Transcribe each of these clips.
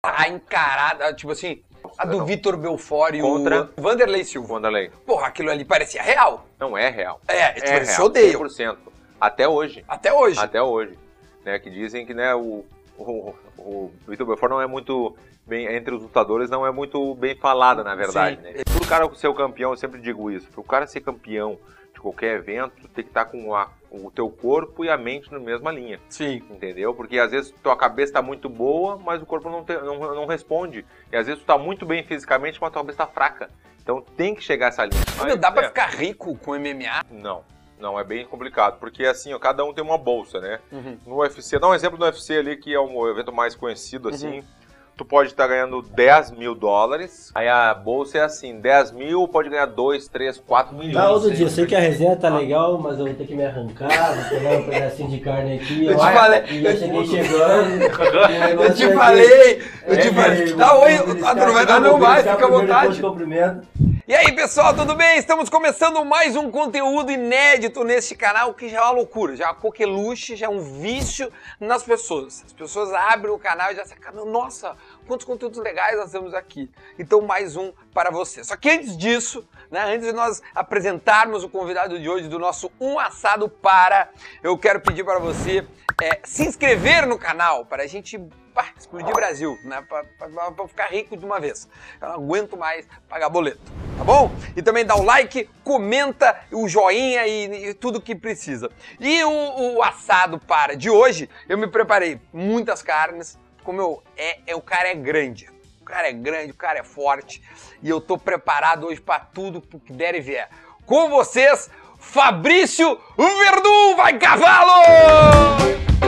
Tá encarada, tipo assim, a do Vitor Belfort e Contra o Vanderlei Silva. Vanderlei. Porra, aquilo ali parecia real. Não é real. Eles se real, odeiam. 100%. Até hoje. Até hoje. Até hoje. Né, que dizem que né, o Vitor Belfort não é muito bem, entre os lutadores, não é muito bem falado, na verdade. Né? Para o cara ser o campeão, eu sempre digo isso, para o cara ser campeão de qualquer evento, tem que estar com o teu corpo e a mente na mesma linha. Sim. Entendeu? Porque às vezes tua cabeça está muito boa, mas o corpo não responde. E às vezes tu tá muito bem fisicamente, mas tua cabeça tá fraca. Então tem que chegar essa linha. Mas, dá pra ficar rico com MMA? Não, é bem complicado, porque assim, ó, cada um tem uma bolsa, né? No UFC, dá um exemplo do UFC ali, que é um evento mais conhecido, assim, tu pode estar ganhando 10 mil dólares, aí a bolsa é assim, 10 mil pode ganhar 2, 3, 4 milhões. Tá, outro dia, eu sei que a resenha tá legal, mas eu vou ter que me arrancar, vou pegar um pedacinho de carne aqui, Eu te falei, já cheguei chegando. eu te falei, dá oi, tu não vai dar não vai, fica à vontade. E aí pessoal, tudo bem? Estamos começando mais um conteúdo inédito neste canal, que já é uma loucura, já é uma coqueluche, já é um vício nas pessoas. As pessoas abrem o canal e já sacam, nossa, quantos conteúdos legais nós temos aqui. Então mais um para você. Só que antes disso, né, antes de nós apresentarmos o convidado de hoje do nosso Um Assado Para, eu quero pedir para você se inscrever no canal, para a gente explodir Brasil, né? Pra ficar rico de uma vez. Eu não aguento mais pagar boleto, tá bom? E também dá o like, comenta, o joinha e tudo que precisa. E o assado para de hoje, eu me preparei muitas carnes, como o cara é grande. O cara é grande, o cara é forte e eu tô preparado hoje para tudo que der e vier. Com vocês, Fabrício Verdun, vai cavalo!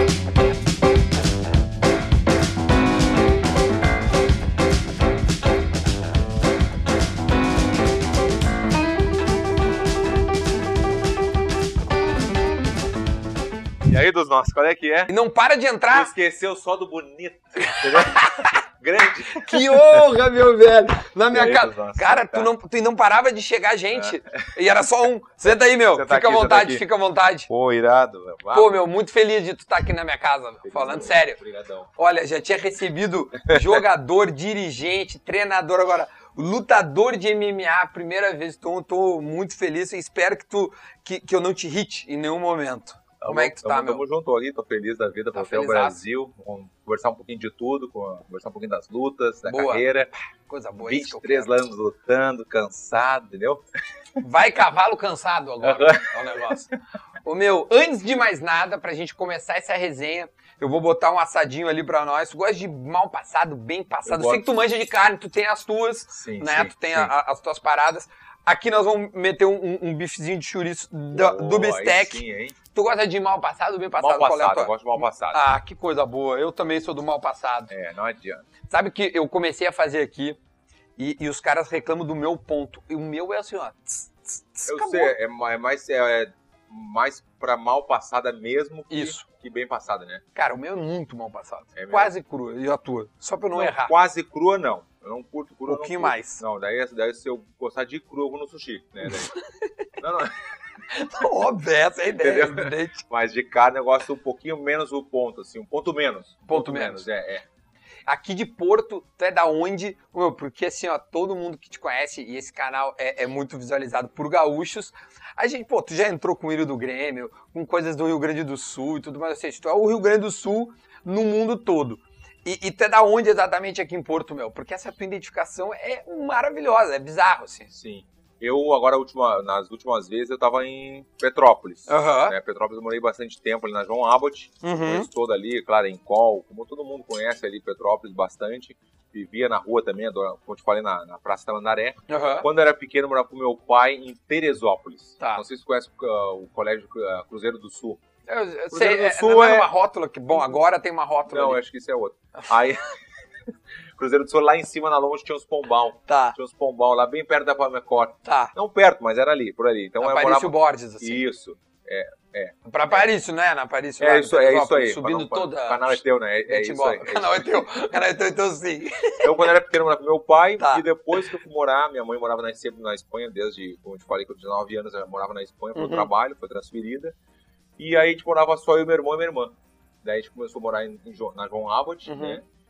E aí, dos nossos, qual é que é? E não para de entrar. Tu esqueceu só do bonito, entendeu? Grande. Que honra, meu velho. Na minha casa. Nossa, cara, tu não parava de chegar gente. E era só um. Senta aí, meu. Fica à vontade, fica à vontade. Pô, irado, velho. Pô, meu, muito feliz de tu estar aqui na minha casa, meu. Falando sério. Obrigadão. Olha, já tinha recebido jogador, dirigente, treinador, agora lutador de MMA, primeira vez. Então, tô muito feliz e espero que eu não te irrite em nenhum momento. Como é que tu tá, meu? Tamo junto ali, tô feliz da vida, voltei ao Brasil, vamos conversar um pouquinho de tudo, conversar um pouquinho das lutas, da carreira. Coisa boa. 23 anos lutando, cansado, entendeu? Vai cavalo cansado agora, é o negócio. Ô meu, antes de mais nada, pra gente começar essa resenha, eu vou botar um assadinho ali pra nós. Tu gosta de mal passado, bem passado? Eu sei que tu manja de carne, tu tem as tuas, sim, né? Tu tem as tuas paradas. Aqui nós vamos meter um bifezinho de chouriço do bistec. Sim, hein? Tu gosta de mal passado ou bem passado? Mal passado, eu gosto de mal passado. Ah, que coisa boa. Eu também sou do mal passado. Não adianta. Sabe que eu comecei a fazer aqui e os caras reclamam do meu ponto. E o meu é assim, ó. Eu acabou. sei, é mais pra mal passada mesmo que bem passada, né? Cara, o meu é muito mal passado. Quase crua. E a tua? Só pra eu não errar. Quase crua, não. Eu não curto crua, Um pouquinho mais. Não, daí se eu gostar de crua, eu vou no sushi, né? Não. Óbvio, essa é a ideia, evidente. Mas de carne eu gosto um pouquinho menos o ponto, assim, um ponto menos. Ponto menos. É. Aqui de Porto, tu é da onde? Meu, porque assim, ó, todo mundo que te conhece, e esse canal é muito visualizado por gaúchos, a gente, pô, tu já entrou com o hino do Grêmio, com coisas do Rio Grande do Sul e tudo mais, ou seja, tu é o Rio Grande do Sul no mundo todo. E tu é da onde exatamente aqui em Porto, meu? Porque essa tua identificação é maravilhosa, é bizarro, assim. Sim. Eu, agora, nas últimas vezes, eu tava em Petrópolis. Né? Petrópolis eu morei bastante tempo ali na João Abbott. Conheço toda ali, claro, em Col, como todo mundo conhece ali Petrópolis bastante. Vivia na rua também, como eu te falei, na Praça Tamandaré. Quando eu era pequeno, eu morava com meu pai em Teresópolis. Tá. Não sei se você conhece o Colégio Cruzeiro do Sul. Eu sei, não é uma rótula que, bom, agora tem uma rótula. Não, ali. Acho que isso é outro. Aí, Cruzeiro do Sul, lá em cima, na longe, tinha uns pombal. Tá. Tinha uns pombal lá, bem perto da Palmecor. Tá. Não perto, mas era ali, por ali. Então, na Parício Borges, assim. Isso, Pra Parício, né? Na Parício. Isso aí. Subindo toda... O canal é teu, né? É isso aí. O canal é teu, então sim. Então, quando eu era pequeno, eu morava com meu pai. Tá. E depois que eu fui morar, minha mãe morava sempre na Espanha, desde, como eu te falei, que eu tinha 9 anos, eu morava na Espanha, foi trabalho, foi transferida. E aí a gente morava só eu, meu irmão e minha irmã. Daí a gente começou a morar na João Abbott, né?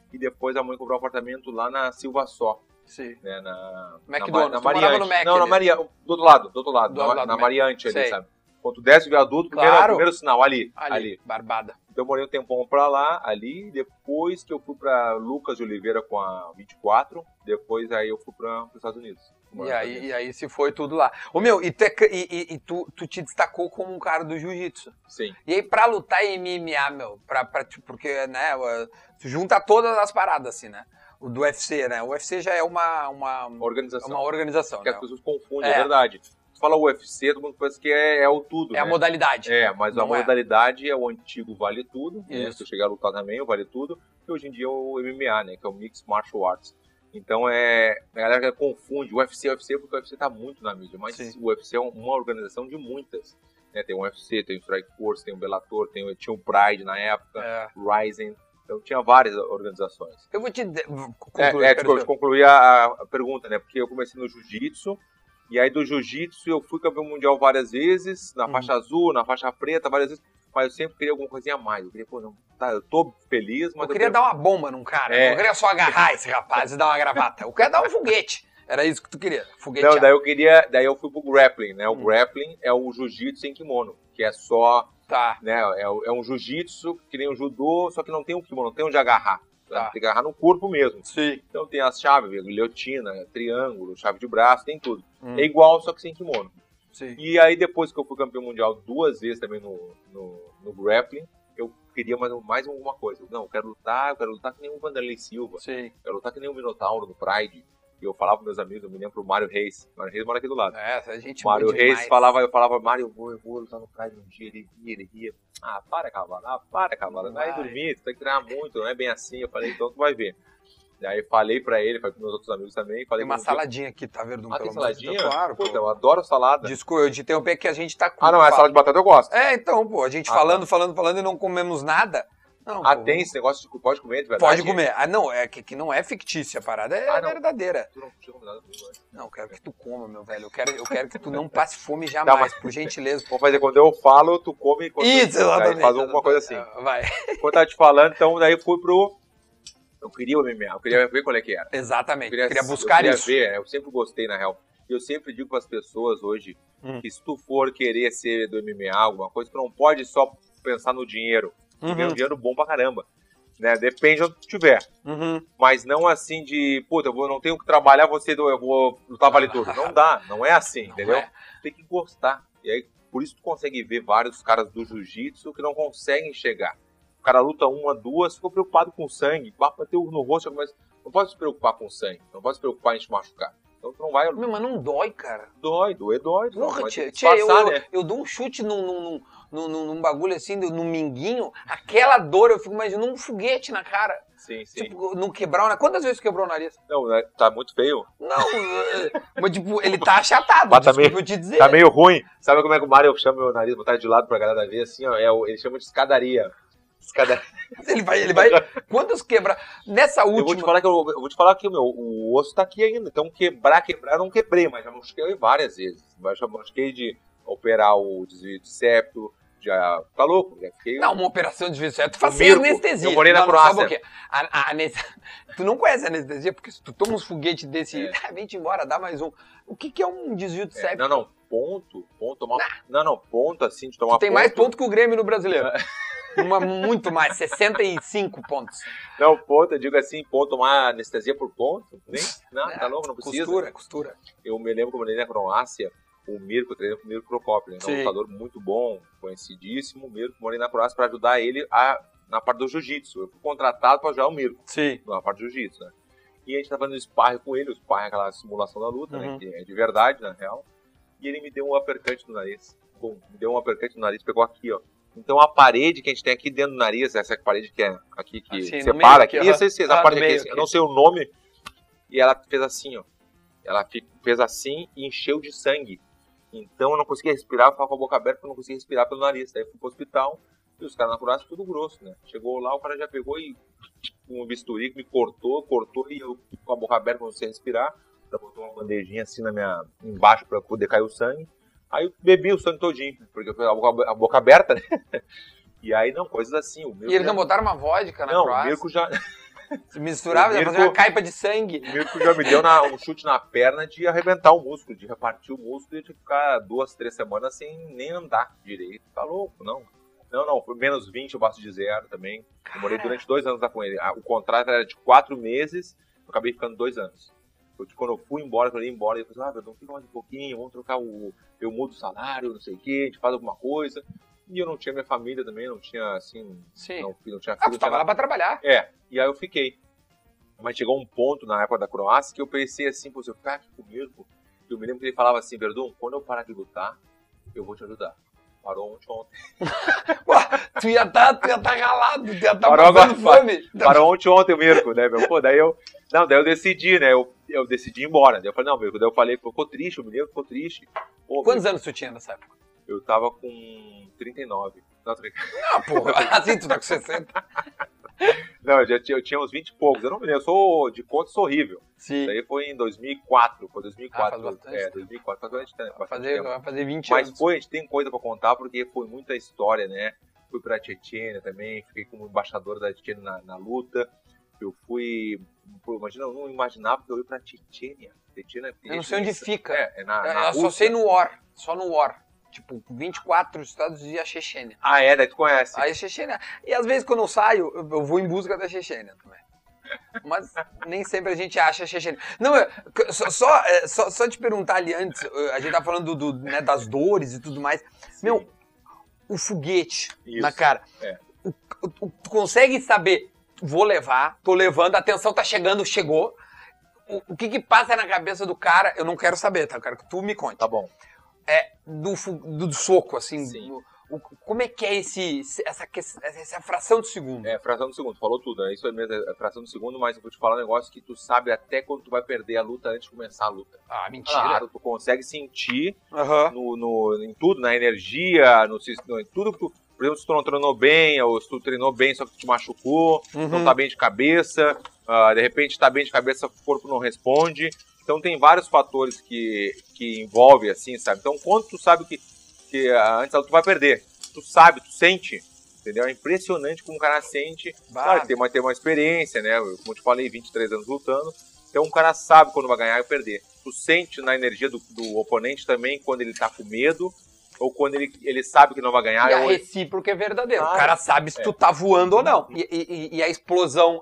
e depois a mãe comprou um apartamento lá na Silva Só. Sim. Né, na McDonald's, Mariante. No Mac, não, na Mariante, do outro lado, na Mariante ali, sabe? Quando tu desce o viaduto, primeiro sinal, ali. Barbada. Então eu morei um tempão pra lá, ali, depois que eu fui pra Lucas de Oliveira com a 24, depois aí eu fui para os Estados Unidos. E aí se foi tudo lá. Ô meu, e tu te destacou como um cara do jiu-jitsu. Sim. E aí pra lutar em MMA, meu, porque, né, tu junta todas as paradas, assim, né? O do UFC, né? O UFC já é uma organização. Uma organização, porque né? as pessoas confundem, é verdade. Tu fala UFC, todo mundo pensa que é o tudo, É, né? A modalidade. Mas a modalidade é o antigo Vale Tudo, né? Se eu chegar a lutar também, o Vale Tudo, e hoje em dia é o MMA, né? Que é o Mixed Martial Arts. Então a galera confunde o UFC porque o UFC tá muito na mídia, mas o UFC é uma organização de muitas. Né? Tem o UFC, tem o Strike Force, tem o Bellator, tinha o Pride na época, Ryzen. Então tinha várias organizações. Eu vou te concluir a pergunta, né? Porque eu comecei no Jiu-Jitsu, e aí do Jiu-Jitsu eu fui campeão mundial várias vezes, na faixa azul, na faixa preta, várias vezes, mas eu sempre queria alguma coisinha a mais. Eu queria, eu tô feliz, mas eu queria dar uma bomba num cara, eu não queria só agarrar esse rapaz e dar uma gravata, eu queria dar um foguete. Era isso que tu queria, foguetear. Não, daí eu fui pro grappling, né? O grappling é o jiu-jitsu sem kimono, que é só... Né? É um jiu-jitsu que nem um judô, só que não tem um kimono, não tem onde agarrar. Tem que agarrar no corpo mesmo. Sim. Então tem as chaves, guilhotina, triângulo, chave de braço, tem tudo. É igual, só que sem kimono. Sim. E aí depois que eu fui campeão mundial 2 vezes também no grappling, eu queria mais alguma coisa. Não, eu quero lutar que nem o Vanderlei Silva. Sim. Eu quero lutar que nem o Minotauro no Pride. E eu falava para meus amigos, eu me lembro pro Mário Reis. Mário Reis mora aqui do lado. A gente Mário Reis falava, eu falava, Mário, eu vou lutar no Pride um dia. Ele ria. Para, cavalo. Vai dormir, tu tem que treinar muito, não é bem assim. Eu falei, então tu vai ver. Daí falei pra ele, falei pros meus outros amigos também. Tem uma saladinha aqui, tá, Verdun? Tem saladinha? Claro, pô. Eu adoro salada. Desculpa, eu te interrompi que a gente tá com... não, é salada de batata eu gosto. Então, pô, a gente falando e não comemos nada. Não, tem esse negócio de pode comer, de verdade? Pode comer. Não, é que não é fictícia a parada, é verdadeira. Tu não tinha combinado comigo, né? Não, eu quero que tu coma, meu velho. Eu quero que tu não passe fome jamais, por gentileza. Vamos fazer, quando eu falo, tu come. Isso, exatamente. Faz alguma coisa assim. Vai. Quando eu tava te falando, então, daí eu fui pro... Eu queria o MMA, eu queria ver qual é que era. Exatamente, eu queria buscar isso. Eu sempre gostei, na real. E eu sempre digo para as pessoas hoje que se tu for querer ser do MMA, alguma coisa, tu não pode só pensar no dinheiro. Tu ganha um dinheiro bom pra caramba. Né? Depende de onde tu estiver. Mas não assim de, puta, eu não tenho que trabalhar, eu vou lutar vale tudo. Não dá, não é assim, entendeu? Tem que gostar. E aí, por isso tu consegue ver vários caras do jiu-jitsu que não conseguem chegar. O cara luta uma, duas, ficou preocupado com sangue, bateu no rosto, mas não pode se preocupar com sangue, não pode se preocupar em te machucar. Então tu não vai... Meu, mas não dói, cara. Dói. Porra, eu dou um chute num bagulho assim, num minguinho, aquela dor, eu fico imaginando um foguete na cara. Sim. Tipo, não quebrar o nariz. Quantas vezes quebrou o nariz? Não, tá muito feio. Não, mas tipo, ele tá achatado, desculpa eu te dizer. Tá meio ruim. Sabe como é que o Mário chama meu nariz, botar de lado pra galera ver assim, ó, ele chama de escadaria. Ele vai. Quantas quebrar? Nessa última. Eu vou te falar que o osso tá aqui ainda. Então quebrar, eu não quebrei, mas já machuquei várias vezes. Já machuquei de operar o desvio de septo. Já tá louco? Já fiquei... Não, uma operação de desvio de septo faz sem anestesia. Eu morei na Croácia. Tu não conhece a anestesia, porque se tu toma uns foguetes desse, vem-te embora, dá mais um. O que é um desvio de septo? Não, ponto assim de tomar ponto. Tem mais ponto que o Grêmio no Brasileiro. Muito mais, 65 pontos. Não, ponto, eu digo assim, tomar anestesia por ponto, nem, tá louco, não precisa. Costura. Eu me lembro como eu morei na Croácia, o Mirko, treinei com o Mirko Procopio, um lutador muito bom, conhecidíssimo, o Mirko, morei na Croácia para ajudar ele na parte do jiu-jitsu. Eu fui contratado para ajudar o Mirko, na parte do jiu-jitsu, né? E a gente tava fazendo sparring com ele, o sparring é aquela simulação da luta, né, que é de verdade, na real, e ele me deu um uppercut no nariz. Pegou aqui, ó. Então a parede que a gente tem aqui dentro do nariz, essa parede que é aqui, que assim, separa aqui, essa parte aqui, eu não sei o nome, e ela fez assim, ó. Ela fez assim e encheu de sangue. Então eu não conseguia respirar, eu ficava com a boca aberta, eu não conseguia respirar pelo nariz. Daí eu fui pro hospital, e os caras na Croácia tudo grosso, né? Chegou lá, o cara já pegou e um bisturi que me cortou, e eu com a boca aberta, não conseguia respirar. Já botou uma bandejinha assim embaixo pra poder cair o sangue. Aí eu bebi o sangue todinho, porque eu fui a boca aberta, né? E aí, coisas assim. E eles não botaram uma vodka na Croácia? Não, o Mirko já... Misturava, ia fazer uma caipa de sangue. O Mirko já me deu um chute na perna de arrebentar o músculo, de repartir o músculo e de ficar 2, 3 semanas sem nem andar direito. Tá louco, não. Não, foi menos 20, eu baixo de 0 também. Eu morei durante 2 anos lá com ele. O contrato era de 4 meses, eu acabei ficando 2 anos. Quando eu fui embora, eu falei, Verdun, fica mais um pouquinho, vamos trocar eu mudo o salário, não sei o quê, a gente faz alguma coisa. E eu não tinha minha família também, não tinha, assim... Sim. Não tinha filho. Você tava lá pra trabalhar. E aí eu fiquei. Mas chegou um ponto, na época da Croácia, que eu pensei assim, pô, se eu ficar aqui comigo... Eu me lembro que ele falava assim, Verdun, quando eu parar de lutar, eu vou te ajudar. Parou ontem. Ué, tu ia tá ralado, tu ia tá passando fome. Parou ontem o Mirko, né, meu? Pô, daí eu decidi, né, eu decidi ir embora. Daí eu falei, não, Mirko, daí eu falei, ficou triste, o menino ficou triste. Pô, quantos anos tu tinha nessa época? Eu tava com 39. Não, porra, assim tu tá com 60. Não, eu tinha uns 20 e poucos. Eu não me lembro, eu sou de conta, sou horrível. Sim. Isso aí foi em 2004. Foi 2004. Faz bastante. 2004. Faz bastante tempo. Vai fazer 20 anos. Mas foi, a gente tem coisa pra contar, porque foi muita história, né? Fui pra Chechênia também, fiquei como embaixador da Chechênia na luta. Eu fui... Imagina, eu não imaginava que eu ia pra Chechênia. Eu não sei onde fica. Eu só sei no War. Só no War. Tipo, 24 estados e a Chechênia. Ah, daí tu conhece. Aí a Chechênia. E às vezes quando eu saio, eu vou em busca da Chechênia também. Mas nem sempre a gente acha a Chechênia. Não, só te perguntar ali antes, a gente tá falando né, das dores e tudo mais. Sim. Meu, o foguete na cara. Tu consegue saber, vou levar, tô levando, a tensão tá chegando, chegou. O que passa na cabeça do cara, eu não quero saber, tá? Eu quero que tu me conte. Tá bom. Do soco, assim. Como é que é essa fração de segundo? Fração de segundo, falou tudo, né? Isso é mesmo, é fração de segundo, mas eu vou te falar um negócio que tu sabe até quando tu vai perder a luta antes de começar a luta. Ah, mentira. Claro, tu consegue sentir em tudo, na energia, em tudo que tu... Por exemplo, se tu não treinou bem, ou se tu treinou bem, só que tu te machucou, não tá bem de cabeça, de repente tá bem de cabeça, o corpo não responde. Então tem vários fatores que envolvem, assim, sabe? Então quando tu sabe que antes tu vai perder, tu sabe, tu sente, entendeu? É impressionante como o cara sente. Claro que tem uma experiência, né? Como eu te falei, 23 anos lutando. Então o cara sabe quando vai ganhar e perder. Tu sente na energia do oponente também quando ele tá com medo, ou quando ele sabe que não vai ganhar. E a recíproca é verdadeira. O cara sabe se tu tá voando ou não. E a explosão,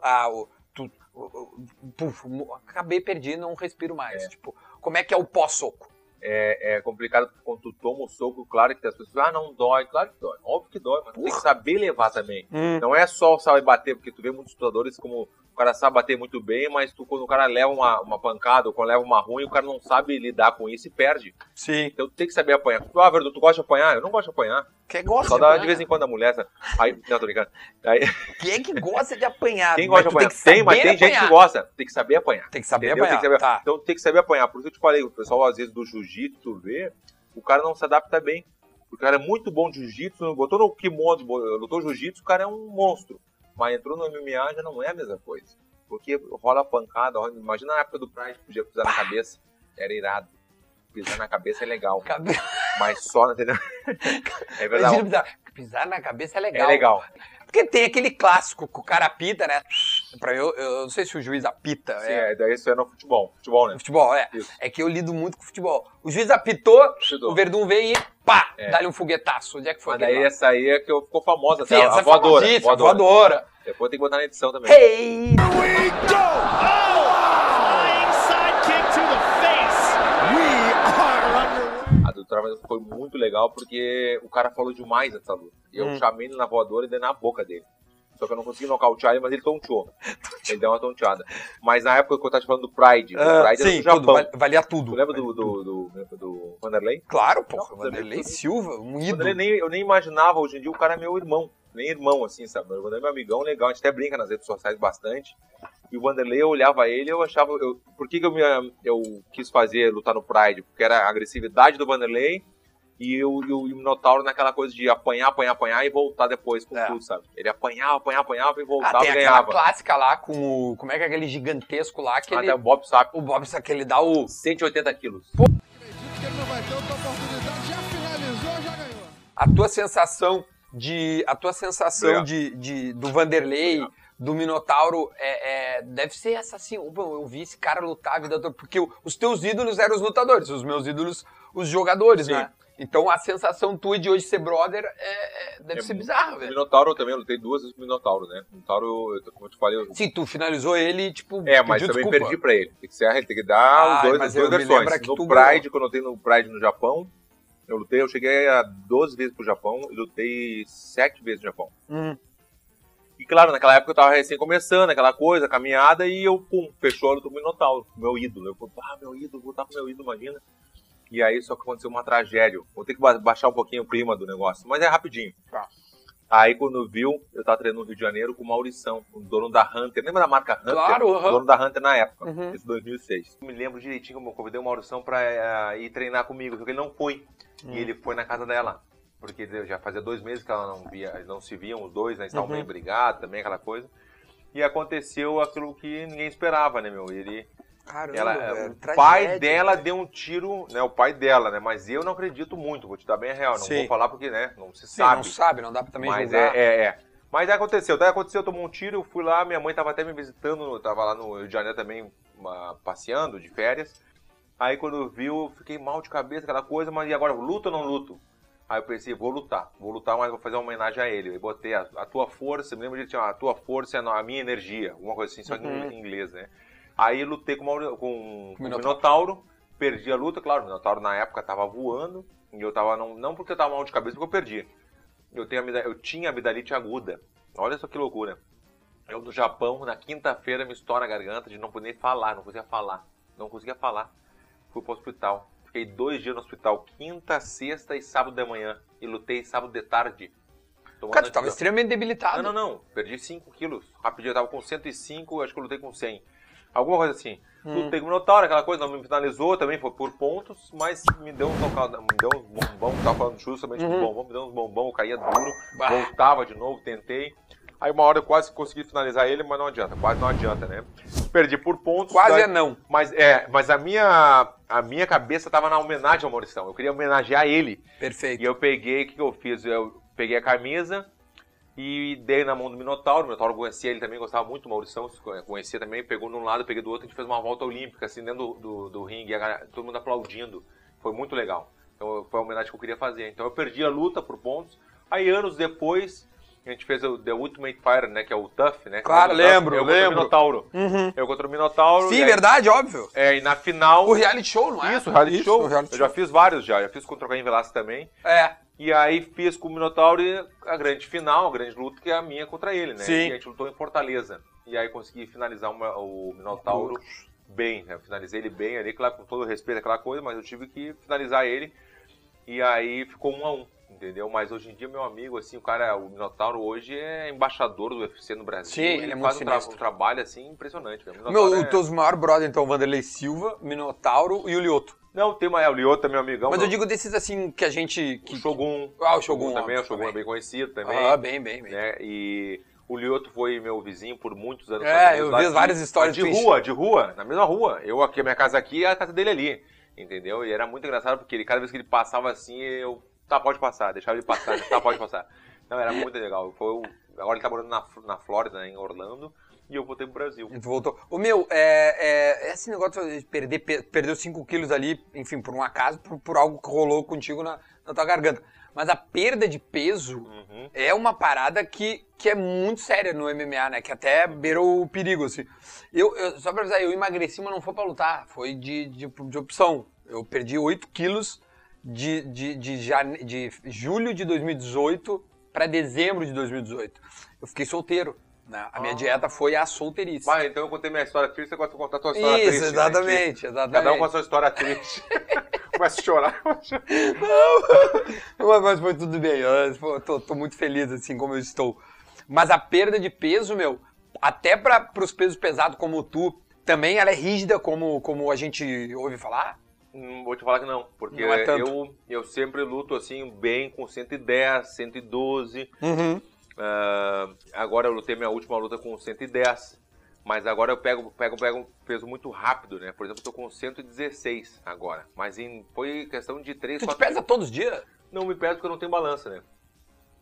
acabei perdido, não respiro mais. Tipo, como é que é o pós-soco? É complicado quando tu toma o soco, claro que as pessoas, não dói, claro que dói, óbvio que dói, mas tu tem que saber levar também. Não é só saber bater, porque tu vê muitos lutadores como o cara sabe bater muito bem, mas quando o cara leva uma pancada ou quando leva uma ruim, o cara não sabe lidar com isso e perde. Sim. Então tu tem que saber apanhar. Verdun, tu gosta de apanhar? Eu não gosto de apanhar. Quem gosta só dá de vez em quando a mulher. Aí, não, tô brincando. Quem é que gosta de apanhar? Quem gosta de apanhar? Mas tem gente que gosta. Tem que saber apanhar. Tem que saber apanhar. Tá. Então tem que saber apanhar. Por isso eu te falei, o pessoal às vezes do jiu-jitsu, tu vê, o cara não se adapta bem. O cara é muito bom de jiu-jitsu, botou no kimono, lutou jiu-jitsu, o cara é um monstro. Mas entrou no MMA já não é a mesma coisa. Porque rola pancada, imagina na época do Pride, podia pisar na cabeça, era irado. Pisar na cabeça é legal. Mas só, entendeu? É verdade. Pisar na cabeça é legal. É legal. Porque tem aquele clássico que o cara apita, né? Eu não sei se o juiz apita. Sim, daí isso é no futebol. Futebol, né? Futebol, Isso. É que eu lido muito com futebol. O juiz apitou, o Verdun veio e pá, dá-lhe um foguetaço. Onde é que foi? Mas daí essa aí é que ficou famosa. Sim, a voadora. Depois tem que botar na edição também. Hey! Here we go! Flying sidekick to the face. We are underway. A do Travas foi muito legal porque o cara falou demais nessa luta. Eu chamei ele na voadora e dei na boca dele. Só que eu não consegui nocautear ele, mas ele tonteou. Ele deu uma tonteada. Mas na época que eu tava te falando do Pride, o Pride era do Japão. Valia tudo. Tu lembra do Vanderlei? Claro, pô. Vanderlei Silva, um ídolo. Eu nem imaginava, hoje em dia o cara é meu irmão. Nem irmão, assim, sabe? O Vanderlei é meu amigão, legal. A gente até brinca nas redes sociais bastante. E o Vanderlei, eu olhava ele e eu achava... Por que eu quis lutar no Pride? Porque era a agressividade do Vanderlei e o Minotauro naquela coisa de apanhar e voltar depois com tudo, sabe? Ele apanhava e voltava e ganhava. Tem aquela clássica lá com o... Como é que é aquele gigantesco lá que ele... Até o Bob Sapp. O Bob Sapp, que ele dá o... 180 quilos. Acredito que ele não vai ter outra oportunidade. Já finalizou, já ganhou. A tua sensação do Vanderlei do Minotauro deve ser essa assim, eu vi esse cara lutar a vida toda, porque os teus ídolos eram os lutadores, os meus ídolos os jogadores, sim, né? Então a sensação tua de hoje ser brother deve ser bizarra, velho. O Minotauro eu também lutei 2 vezes com o Minotauro, né? O Minotauro, como eu te falei... Sim, tu finalizou ele, tipo, mas também desculpa. Perdi pra ele. Tem que dar as duas versões. No Pride, quando eu lutei no Pride no Japão, eu cheguei a 12 vezes pro Japão e lutei 7 vezes no Japão. E claro, naquela época eu tava recém começando, aquela coisa, caminhada, e fechou a luta com o Minotauro, meu ídolo. Eu falei, meu ídolo, vou lutar com meu ídolo, imagina. E aí só que aconteceu uma tragédia. Vou ter que baixar um pouquinho o clima do negócio, mas é rapidinho. Tá. Aí quando viu, eu tava treinando no Rio de Janeiro com o Maurição, o dono da Hunter. Lembra da marca Hunter? Claro, o dono da Hunter na época, esse 2006. Eu me lembro direitinho como eu convidei o Maurição pra ir treinar comigo, só que ele não foi. E ele foi na casa dela. Porque já fazia 2 meses que ela não se viam os dois, né? Estavam bem brigados também, aquela coisa. E aconteceu aquilo que ninguém esperava, né, meu? O pai dela deu um tiro, né? O pai dela, né? Mas eu não acredito muito, vou te dar bem a real. Não vou falar porque, né? Não se sabe. Não sabe, não dá pra também mas julgar. Mas aconteceu, tomou um tiro, eu fui lá, minha mãe tava até me visitando, eu tava lá no Rio de Janeiro também, passeando, de férias. Aí quando viu, eu fiquei mal de cabeça, aquela coisa, mas e agora, luto ou não luto? Aí eu pensei, vou lutar, mas vou fazer uma homenagem a ele. Eu botei a tua força, me lembro de tinha a tua força é a minha energia, alguma coisa assim, só que em inglês, né? Aí lutei com o Minotauro, perdi a luta, claro, o Minotauro na época tava voando, e eu tava, não porque eu tava mal de cabeça, porque eu perdi. Eu tinha amidalite aguda, olha só que loucura. Eu no Japão, na quinta-feira, me estoura a garganta de não poder falar, não conseguia falar. Fui pro hospital. Fiquei 2 dias no hospital, quinta, sexta e sábado de manhã. E lutei sábado de tarde. Cara, tu tava extremamente debilitado. Não. Perdi 5 quilos. Rapidinho, eu tava com 105, acho que eu lutei com 100. Alguma coisa assim. Lutei com o Minotauro, aquela coisa, não me finalizou também, foi por pontos, mas me deu uns bombom, tava falando justamente dos bombom, me deu uns bombom, eu caía duro, voltava de novo, tentei. Aí uma hora eu quase consegui finalizar ele, mas quase não adianta, né? Perdi por pontos. Quase não. Mas a minha cabeça tava na homenagem ao Maurição. Eu queria homenagear ele. Perfeito. E eu peguei, o que eu fiz? Eu peguei a camisa e dei na mão do Minotauro. O Minotauro conhecia ele também, gostava muito do Maurição, conhecia também. Pegou de um lado, peguei do outro, a gente fez uma volta olímpica, assim, dentro do ringue, todo mundo aplaudindo. Foi muito legal. Então foi a homenagem que eu queria fazer. Então eu perdi a luta por pontos. Aí anos depois... A gente fez o The Ultimate Fighter, né? Que é o TUF, né? Claro, lembro. Eu contra o Minotauro. Eu contra o Minotauro. Sim, verdade, óbvio. E na final... O reality show, não é? Isso, o reality show. Eu já fiz vários já. Já fiz contra o Caim Velasquez também. E aí fiz com o Minotauro a grande final, a grande luta, que é a minha contra ele, né? Sim. E a gente lutou em Fortaleza. E aí consegui finalizar o Minotauro bem, né? Eu finalizei ele bem ali, claro, com todo respeito àquela coisa, mas eu tive que finalizar ele. E aí ficou 1-1. Entendeu? Mas hoje em dia, meu amigo, assim, o Minotauro hoje é embaixador do UFC no Brasil. Sim, ele faz um trabalho, assim, impressionante. Os teus maiores brothers, então, Vanderlei Silva, Minotauro e o Lioto. Não, tem o Lioto é meu amigão. Mas eu digo desses, assim, que a gente... O Shogun. O Shogun também, o Shogun é bem conhecido também. Bem. Né? E o Lioto foi meu vizinho por muitos anos. Eu vi várias histórias. De rua, na mesma rua. A minha casa aqui e a casa dele ali. Entendeu? E era muito engraçado, porque cada vez que ele passava assim, eu... Tá, pode passar, deixava ele passar, pode passar. Não, era muito legal. Agora ele tá morando na Flórida, né, em Orlando, e eu voltei pro Brasil. E tu voltou. Esse negócio de perdeu 5 quilos ali, enfim, por um acaso, por algo que rolou contigo na tua garganta. Mas a perda de peso é uma parada que é muito séria no MMA, né? Que até beira o perigo, assim. Só pra avisar, eu emagreci, mas não foi pra lutar, foi de opção. Eu perdi 8 quilos de julho de 2018 para dezembro de 2018. Eu fiquei solteiro, né? A minha dieta foi a solteirice. Mas então eu contei minha história triste, você gosta de contar a tua história triste. Isso, exatamente. Cada um com a sua história triste. Começa a chorar. Não, mas foi tudo bem. Eu tô muito feliz assim como eu estou. Mas a perda de peso, até para os pesos pesados como tu, também ela é rígida como a gente ouve falar? Vou te falar que não, porque não é tanto. eu sempre luto assim bem com 110, 112. Agora eu lutei minha última luta com 110, mas agora eu pego um peso muito rápido, né? Por exemplo, eu tô com 116 agora, mas foi questão de 3, 4... Tu te pesa todos os dias? Não me peso porque eu não tenho balança, né?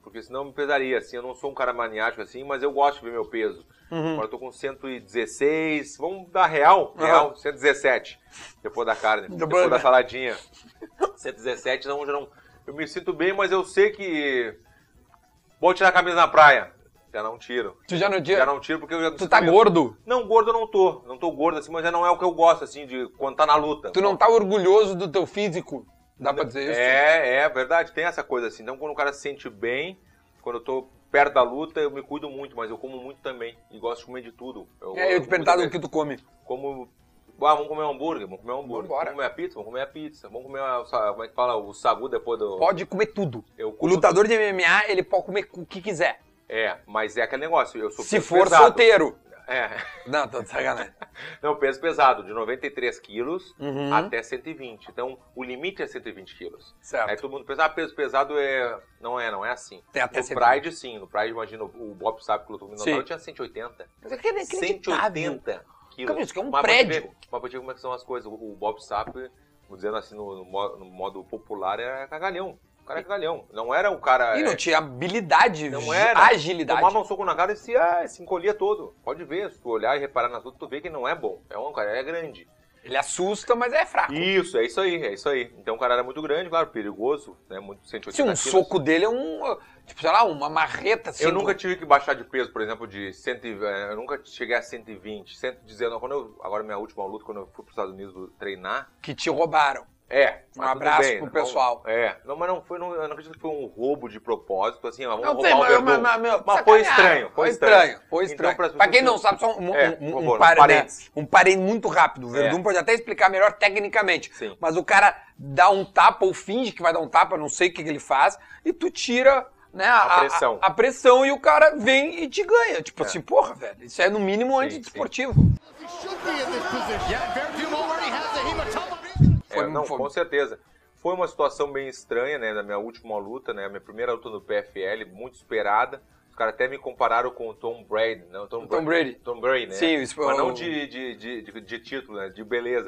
porque senão eu me pesaria, assim, eu não sou um cara maniático assim, mas eu gosto de ver meu peso. Agora eu tô com 116, vamos dar real, 117, depois da carne, depois da saladinha. 117, então eu me sinto bem, mas eu sei que vou tirar a camisa na praia. Já não tiro. Tu já não tira? Já não tiro porque eu já... Tu tá gordo? Não, gordo eu não tô. Não tô gordo assim, mas já não é o que eu gosto, assim, de quando tá na luta. Tu não tá orgulhoso do teu físico? Dá pra dizer isso? É verdade. Tem essa coisa assim. Então, quando o cara se sente bem, quando eu tô perto da luta, eu me cuido muito, mas eu como muito também. E gosto de comer de tudo. Eu te perguntado o que tu come. Como... vamos comer um hambúrguer, vamos comer um hambúrguer. Vamos comer a pizza, vamos comer a pizza. Vamos comer, como é que fala, o sagu depois do... Pode comer tudo. O lutador de MMA, ele pode comer o que quiser. Mas é aquele negócio, eu sou se for pesado. Solteiro. Não, tô de sacanagem. Não, peso pesado, de 93 quilos até 120. Então, o limite é 120 quilos. Certo. Aí todo mundo pensa, peso pesado não é assim. Tem até no Pride, sim. No Pride, imagina, o Bob Sapp que lutou no Minotauro tinha 180. Mas é 180 quilos. Isso que é um prédio. Mas pra ver como é que são as coisas. O Bob Sapp, dizendo assim no modo popular, é cagalhão. O cara é cagalhão. Não era um cara... E não tinha habilidade, não era. Agilidade. Tomava um soco na cara e se encolhia todo. Pode ver, se tu olhar e reparar nas lutas, tu vê que não é bom. É um cara, é grande. Ele assusta, mas é fraco. Isso, é isso aí. Então o cara era muito grande, claro, perigoso, né? Muito 180 quilos. Soco dele é tipo, sei lá, uma marreta. Eu nunca tive que baixar de peso, por exemplo, eu nunca cheguei a 120, 119. Agora minha última luta, quando eu fui para os Estados Unidos treinar... Que te roubaram. Um abraço pro pessoal. Não, mas eu não acredito que foi um roubo de propósito, assim, vamos roubar o Verdun. Mas foi estranho. Então, pra quem não sabe, só um parênteses muito rápido. O Verdun pode até explicar melhor tecnicamente. Sim. Mas o cara dá um tapa ou finge que vai dar um tapa, não sei o que ele faz, e tu tira... Né, a pressão e o cara vem e te ganha. Tipo assim, porra, velho, isso é no mínimo antidesportivo. Com certeza. Foi uma situação bem estranha, né, na minha última luta, né, a minha primeira luta no PFL, muito esperada. Os caras até me compararam com o Tom Brady, né? Tom Brady, né? Sim, isso foi. Mas não de título, né, de beleza.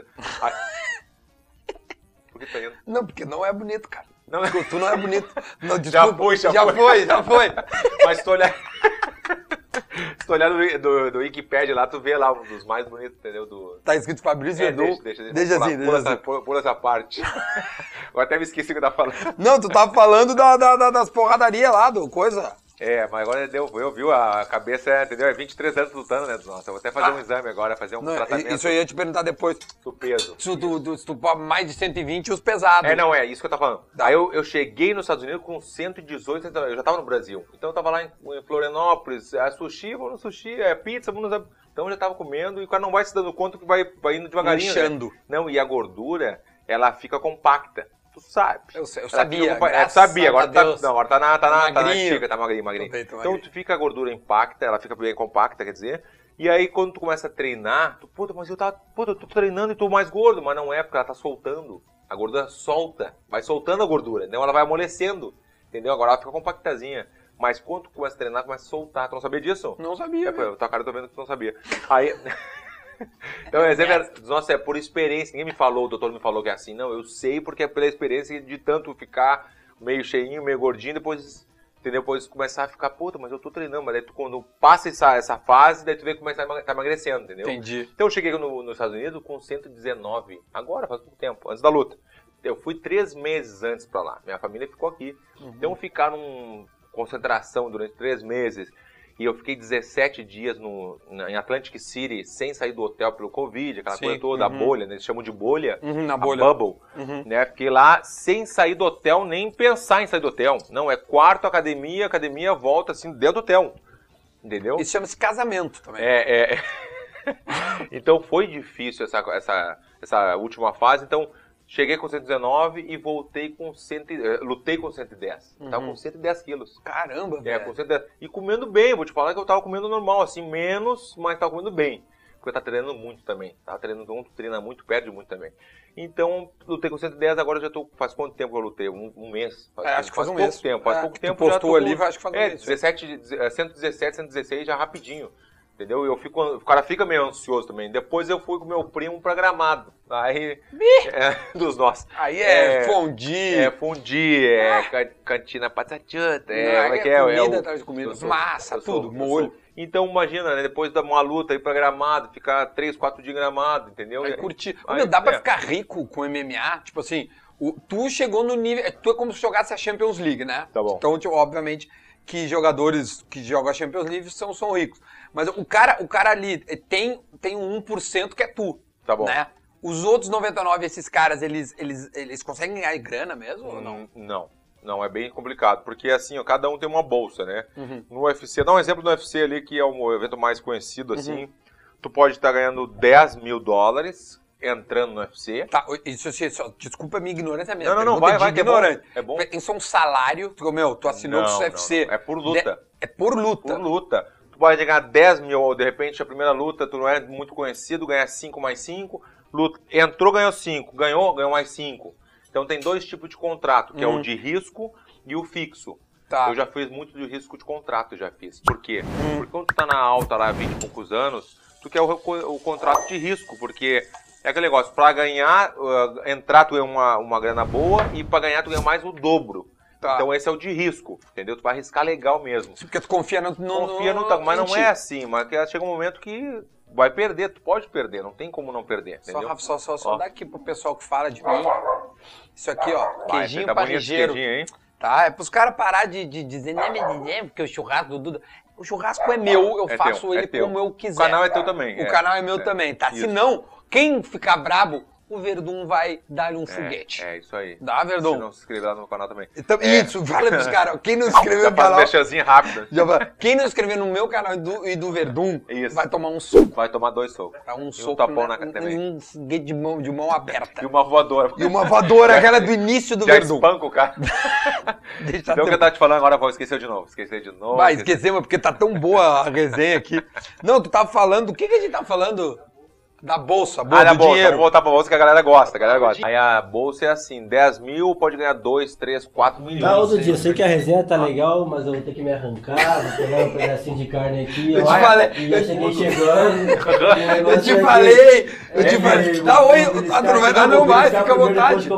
Por que tá indo? Não, porque não é bonito, cara. Não, tu não é bonito. Não, já foi. Mas se tu olhar... Se tu olhar do Wikipedia lá, tu vê lá um dos mais bonitos, entendeu? Tá escrito Fabrício Verdun. Deixa assim. Pula essa parte. Eu até me esqueci o que eu tava falando. Não, tu tava falando das porradarias lá, do coisa. Mas agora eu vi a cabeça, entendeu? É 23 anos lutando, né? Nossa, eu vou até fazer um exame agora, fazer um tratamento. Isso eu ia te perguntar depois. Do peso. Se tu pode mais de 120 os pesados. É isso que eu tava falando. Aí eu cheguei nos Estados Unidos com 118, eu já tava no Brasil. Então eu tava lá em Florianópolis, sushi, vamos no sushi, pizza, vamos no... Então eu já tava comendo e o cara não vai se dando conta que vai indo devagarinho. Inchando. Né? Não, e a gordura, ela fica compacta. Tu sabe. Eu sabia. Sabia, agora tá na estica, tá magrinho. Então tu fica a gordura impacta, ela fica bem compacta, quer dizer. E aí quando tu começa a treinar, mas eu tô treinando e tô mais gordo, mas não é, porque ela tá soltando. A gordura solta, vai soltando a gordura, então ela vai amolecendo, entendeu? Agora ela fica compactazinha. Mas quando tu começa a treinar, começa a soltar. Tu não sabia disso? Não sabia. Tua cara eu tô vendo que tu não sabia. Aí... Então, nossa, é por experiência. Ninguém me falou, o doutor me falou que é assim. Não, eu sei porque é pela experiência de tanto ficar meio cheinho, meio gordinho, depois, entendeu? Depois começar a ficar, puta, mas eu tô treinando. Mas daí tu, quando passa essa fase, daí tu vê que começa a tá emagrecendo, entendeu? Entendi. Então eu cheguei nos Estados Unidos com 119, agora, faz pouco tempo, antes da luta. Eu fui 3 meses antes pra lá. Minha família ficou aqui. Então ficar numa concentração durante 3 meses... E eu fiquei 17 dias em Atlantic City, sem sair do hotel pelo Covid, aquela coisa toda, a bolha, né? Eles chamam de bolha, na bolha. Bubble. Né? Fiquei lá sem sair do hotel, nem pensar em sair do hotel. Não, é quarto, academia, volta assim, dentro do hotel. Entendeu? Isso chama-se casamento também. Então foi difícil essa última fase, então... Cheguei com 119 e voltei com lutei com 110. Tava com 110 quilos. Caramba, velho. Com 110. E comendo bem, vou te falar que eu tava comendo normal, assim, menos, mas tava comendo bem. Porque eu tava treinando muito também. Tava treinando muito, treina muito, perde muito também. Então, lutei com 110, agora já tô... Faz quanto tempo que eu lutei? Um mês? Acho que faz um mês. Faz pouco tempo. Tu postou ali, acho que faz um mês. 117, 116, já rapidinho. Entendeu? O cara fica meio ansioso também. Depois eu fui com meu primo pra Gramado. Aí, dos nossos. Aí é fondue. Cantina patachuta. Comida atrás de comida. Massa, tudo, molho. Então, imagina, né? Depois de uma luta ir pra Gramado, ficar 3, 4 dias em Gramado, entendeu? Aí curtir. Dá pra ficar rico com MMA? Tipo assim, tu chegou no nível... Tu é como se jogasse a Champions League, né? Tá bom. Então, tipo, obviamente, que jogadores que jogam a Champions League são ricos. Mas o cara ali tem um 1% que é tu. Tá bom. Né? Os outros 99, esses caras, eles conseguem ganhar grana mesmo ou não? Não, é bem complicado, porque assim, ó, cada um tem uma bolsa, né? No UFC, dá um exemplo do UFC ali, que é o evento mais conhecido, assim, tu pode estar ganhando $10 mil entrando no UFC. Tá, isso desculpa a minha ignorância mesmo. Não, vai, que ignorante. É bom. Isso é um salário, tu assinou com o UFC. Não, é por luta. É por luta. Por luta. Tu pode ganhar 10 mil, ou de repente a primeira luta, tu não é muito conhecido, ganha 5 mais 5, luta, entrou, ganhou 5, ganhou mais 5. Então tem 2 tipos de contrato, que é o de risco e o fixo. Tá. Eu já fiz muito de risco de contrato, Por quê? Porque quando tu tá na alta lá, 20 e poucos anos, tu quer o contrato de risco, porque é aquele negócio, pra ganhar, entrar tu ganha uma grana boa e pra ganhar tu ganha mais o dobro. Tá. Então esse é o de risco, entendeu? Tu vai arriscar legal mesmo. Porque tu confia no mas não é assim, mas chega um momento que vai perder, tu pode perder, não tem como não perder, entendeu? Só dá aqui pro pessoal que fala de mim. Isso aqui, ó, queijinho tá parrigeiro. Queijinho, hein? Tá, é pros caras parar de dizer, porque o churrasco do Duda... O churrasco é meu, eu faço ele como eu quiser. O canal é teu também. O canal é meu também, tá? Isso. Senão, quem ficar brabo, o Verdun vai dar-lhe um foguete. É isso aí. Dá, Verdun? Se não se inscrever lá no canal também. Então, isso, fala pros caras. Quem não se inscrever no canal... Deixazinho rápido. Quem não se inscrever no meu canal e do Verdun, isso. Vai tomar um soco. Vai tomar 2 socos. Um soco tapão na cara também. Um foguete de mão aberta. E uma voadora. Aquela do início do Verdun. Espanca o cara. Então o que eu tava te falando agora, vou esquecer de novo. Vai, esquecemos, porque tá tão boa a resenha aqui. Não, tu tava falando... O que a gente tava falando? Da bolsa, do bolsa, dinheiro. Vamos voltar pra bolsa que a galera gosta, Aí a bolsa é assim, 10 mil pode ganhar 2, 3, 4 milhões. Tá, outro dia, eu sei que a resenha tá legal, mas eu vou ter que me arrancar, vou pegar um pedacinho de carne aqui. Eu te falei. E já cheguei chegando. Eu te falei. Tá, oi, não vai, fica à vontade.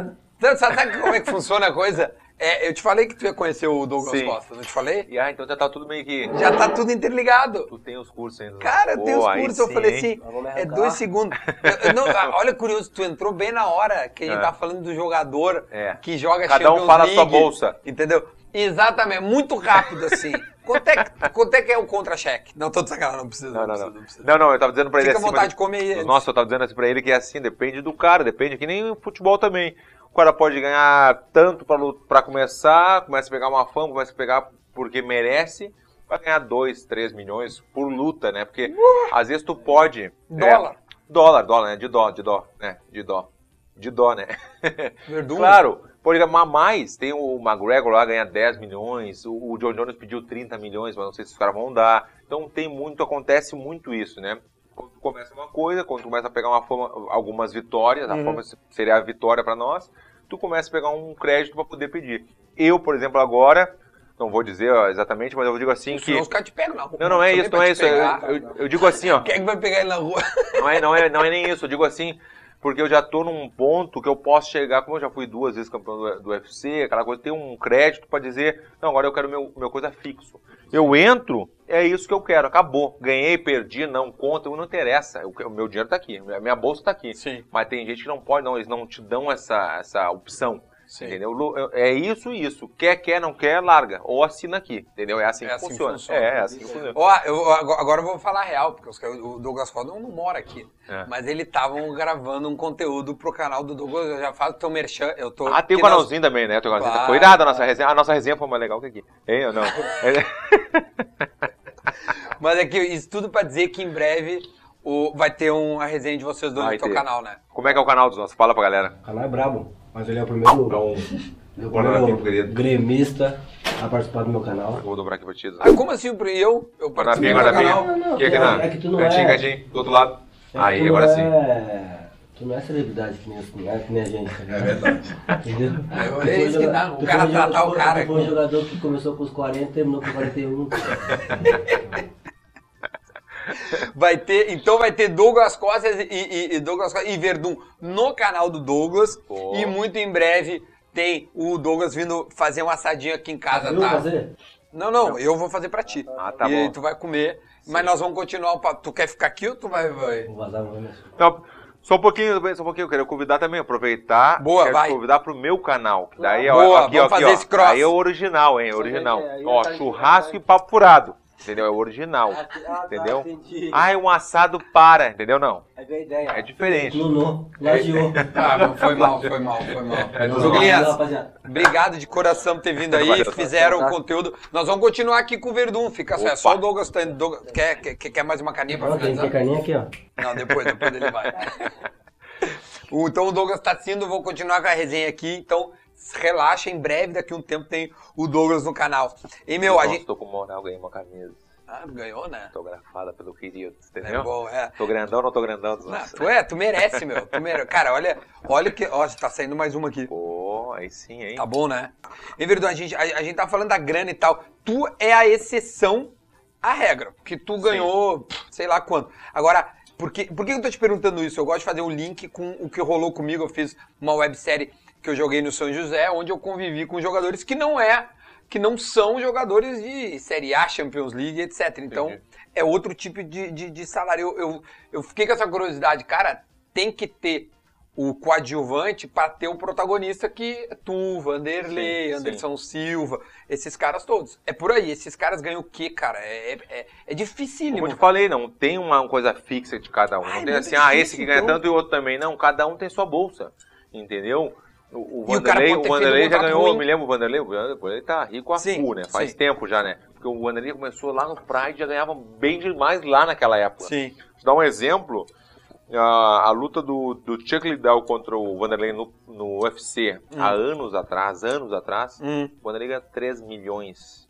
Sabe como é que funciona a coisa? Eu te falei que tu ia conhecer o Douglas Costa, não te falei? Então já tá tudo meio que... Já tá tudo interligado. Tu tem os cursos ainda. Cara, tem os cursos. Eu falei assim, 2 segundos. Olha, curioso, tu entrou bem na hora que a gente tava falando do jogador que joga Champions League. Cada um fala a sua bolsa. Entendeu? Exatamente, muito rápido assim. Quanto é que é o contra-cheque? Não, tô de sacanagem, não precisa. Não, eu tava dizendo pra ele assim... Fica à vontade de comer. Nossa, eu tava dizendo assim pra ele que é assim, depende do cara, depende, que nem o futebol também. O cara pode ganhar tanto pra começa a pegar uma fama, começa a pegar porque merece, vai ganhar 2, 3 milhões por luta, né? Porque às vezes tu pode... Dólar, né? De dó, né? Verdun. Claro, pode ganhar mais. Tem o McGregor lá, ganha 10 milhões, o John Jones pediu 30 milhões, mas não sei se os caras vão dar. Então acontece muito isso, né? Quando tu começa uma coisa, quando tu começa a pegar uma fama, algumas vitórias, a fama seria a vitória pra nós, tu começa a pegar um crédito pra poder pedir. Eu, por exemplo, agora, não vou dizer exatamente, mas eu digo assim que... Senão os caras te pegam na rua. Não é isso. Eu digo assim, ó... Quem é que vai pegar ele na rua? Não é nem isso, eu digo assim... Porque eu já tô num ponto que eu posso chegar, como eu já fui 2 vezes campeão do UFC, aquela coisa, ter um crédito pra dizer, não, agora eu quero meu coisa fixo. Eu entro, é isso que eu quero, acabou. Ganhei, perdi, não conta, não interessa. O meu dinheiro tá aqui, a minha bolsa tá aqui. Sim. Mas tem gente que não pode, eles não te dão essa opção. Sim. Entendeu? É isso. Quer, não quer, larga. Ou assina aqui, entendeu? É assim que funciona. É assim que funciona. Agora eu vou falar a real, porque o Douglas Costa não mora aqui. Mas eles estavam gravando um conteúdo pro canal do Douglas, eu já faço o teu merchan. Tem o canalzinho também, né? Foi irado a nossa resenha. A nossa resenha foi mais legal que aqui. Hein ou não? Mas é que isso tudo pra dizer que em breve vai ter uma resenha de vocês dois no teu canal, né? Como é que é o canal dos nossos? Fala pra galera. O canal é brabo, mas ele é o primeiro gremista a participar do meu canal. Eu vou dobrar aqui pra ti. Como assim eu participo do canal? Não, é que tu não é... Cantinho, do outro lado. Aí, agora sim. Tu não é celebridade que nem a gente, tá ligado? É verdade. Entendeu? É isso que dá, o cara tratar o cara. Tu foi um jogador que começou com os 40 e terminou com 41. Então vai ter Douglas Costa e Verdun no canal do Douglas. E muito em breve tem o Douglas vindo fazer um assadinho aqui em casa, tá? Fazer? Não, eu vou fazer pra ti. Tá e bom. tu vai comer, mas nós vamos continuar o papo. Tu quer ficar aqui ou tu vai? Vou vazar um momento. Não, só um pouquinho. Eu quero convidar também, aproveitar. Boa, vai. Convidar pro meu canal. Que daí, Boa, aqui, vamos fazer esse cross. Aí é o original, hein? Original. Aí Ó, tá churrasco e papo furado. Entendeu? É o original. Entendeu? Ah, é um assado para. Entendeu? Não. É a ideia. É diferente. Não. Lagiou. Foi mal. Douglas, obrigado de coração por ter vindo aí, fizeram o conteúdo. Nós vamos continuar aqui com o Verdun, fica só o Douglas tá indo. Quer mais uma caninha pra finalizar? Tem caninha aqui, ó. Não, depois ele vai. Então o Douglas tá indo, vou continuar com a resenha aqui, então relaxa, em breve, daqui a um tempo tem o Douglas no canal. E a gente... Tô com moral, ganhei uma camisa. Ganhou, né? Autografada pelo querido, entendeu? É bom, é. Tô grandão ou não tô grandão? Tu merece, meu. Cara, olha que... Ó, tá saindo mais uma aqui. Pô, aí sim, hein? Tá bom, né? Em verdade, a gente tá falando da grana e tal. Tu é a exceção à regra, porque tu ganhou, sei lá quanto. Agora, por que eu tô te perguntando isso? Eu gosto de fazer um link com o que rolou comigo. Eu fiz uma websérie que eu joguei no São José, onde eu convivi com jogadores que não são jogadores de Série A, Champions League, etc. Então, é outro tipo de salário. Eu fiquei com essa curiosidade. Cara, tem que ter o coadjuvante para ter o protagonista que é tu, Vanderlei, Anderson Silva, esses caras todos. É por aí. Esses caras ganham o quê, cara? É dificílimo. Como eu te falei, não tem uma coisa fixa de cada um. Não tem assim, esse que ganha tanto e o outro também. Não, cada um tem sua bolsa, entendeu? O Vanderlei já ganhou, eu me lembro, o Vanderlei tá rico a full, né? Faz tempo já, né? Porque o Vanderlei começou lá no Pride, já ganhava bem demais lá naquela época. Sim. Vou dar um exemplo, a luta do Chuck Liddell contra o Vanderlei no UFC, há anos atrás, o Vanderlei ganhou 3 milhões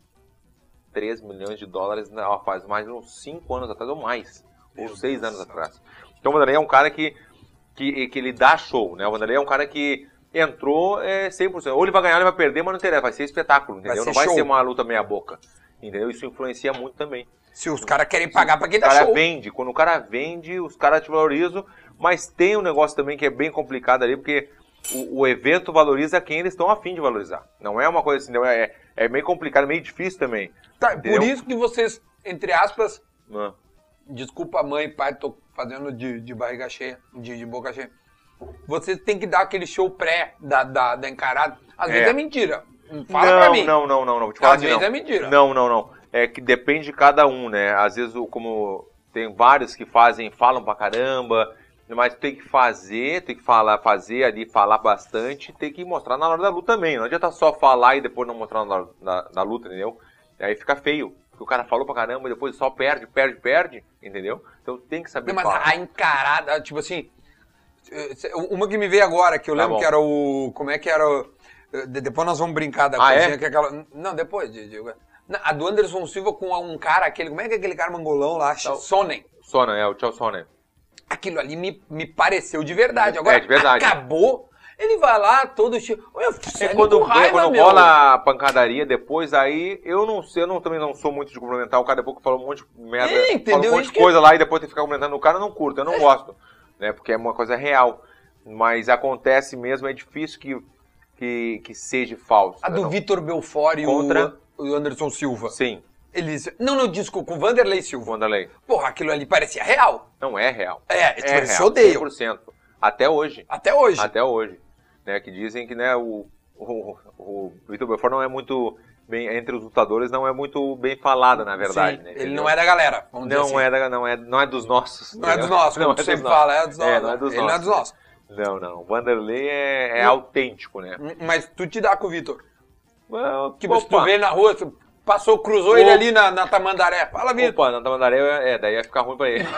de dólares, faz mais de uns 5 anos atrás ou mais, ou 6 anos atrás. Então o Vanderlei é um cara que ele dá show, né? O Vanderlei é um cara que entrou 100%. Ou ele vai ganhar ou ele vai perder, mas não interessa. Vai ser espetáculo, entendeu? Não vai ser uma luta meia boca. Entendeu? Isso influencia muito também. Se os caras querem pagar pra quem dá show. Quando o cara vende, os caras te valorizam. Mas tem um negócio também que é bem complicado ali, porque o evento valoriza quem eles estão a fim de valorizar. Não é uma coisa assim, é meio complicado, meio difícil também. Tá, por isso que vocês, entre aspas, desculpa mãe e pai, tô fazendo de barriga cheia, de boca cheia. Você tem que dar aquele show pré da encarada. Às vezes é mentira. Fala pra mim. Não. Vou te falar Às vezes é mentira. Não. É que depende de cada um, né? Às vezes, como tem vários que falam pra caramba, mas tem que fazer ali, falar bastante, tem que mostrar na hora da luta também. Não adianta só falar e depois não mostrar na luta, entendeu? Aí fica feio. Porque o cara falou pra caramba e depois só perde, entendeu? Então tem que saber falar. Mas a encarada, tipo assim... Uma que me veio agora, que eu lembro que era o... Como é que era o... Depois nós vamos brincar da coisinha que é aquela... Não, depois. A do Anderson Silva com um cara, aquele... Como é que é aquele cara mangolão lá? Sonnen. Sonnen, o Chael Sonnen. Aquilo ali me pareceu de verdade. Agora, de verdade. Acabou... Ele vai lá, todo cheio... Quando rola a pancadaria depois, aí eu não sei, também não sou muito de cumprimentar o cara depois que falou um monte de merda. Fala um monte de coisa lá e depois tem que ficar cumprimentando o cara, eu não curto, eu não gosto. Né, porque é uma coisa real. Mas acontece mesmo, é difícil que seja falso. A do Vitor Belfort e o Anderson Silva. Sim. Eles... Não, desculpa, com o Vanderlei Silva. Vanderlei. Porra, aquilo ali parecia real. Não é real. Eles se odeiam. 100%. Até hoje. Né, que dizem que né, o Vitor Belfort não é muito bem, entre os lutadores, não é muito bem falado, na verdade. Né, ele não é da galera, vamos dizer assim. Não é dos nossos. Não é dos nossos, como você sempre fala, é dos nossos. Não é dos nossos. Ele não é dos nossos. Não. O Vanderlei é autêntico, né? Mas tu te dá com o Vitor. Tipo, se tu vê ele na rua, tu cruzou ele ali na Tamandaré. Fala, Vitor. Opa, na Tamandaré, daí ia ficar ruim pra ele.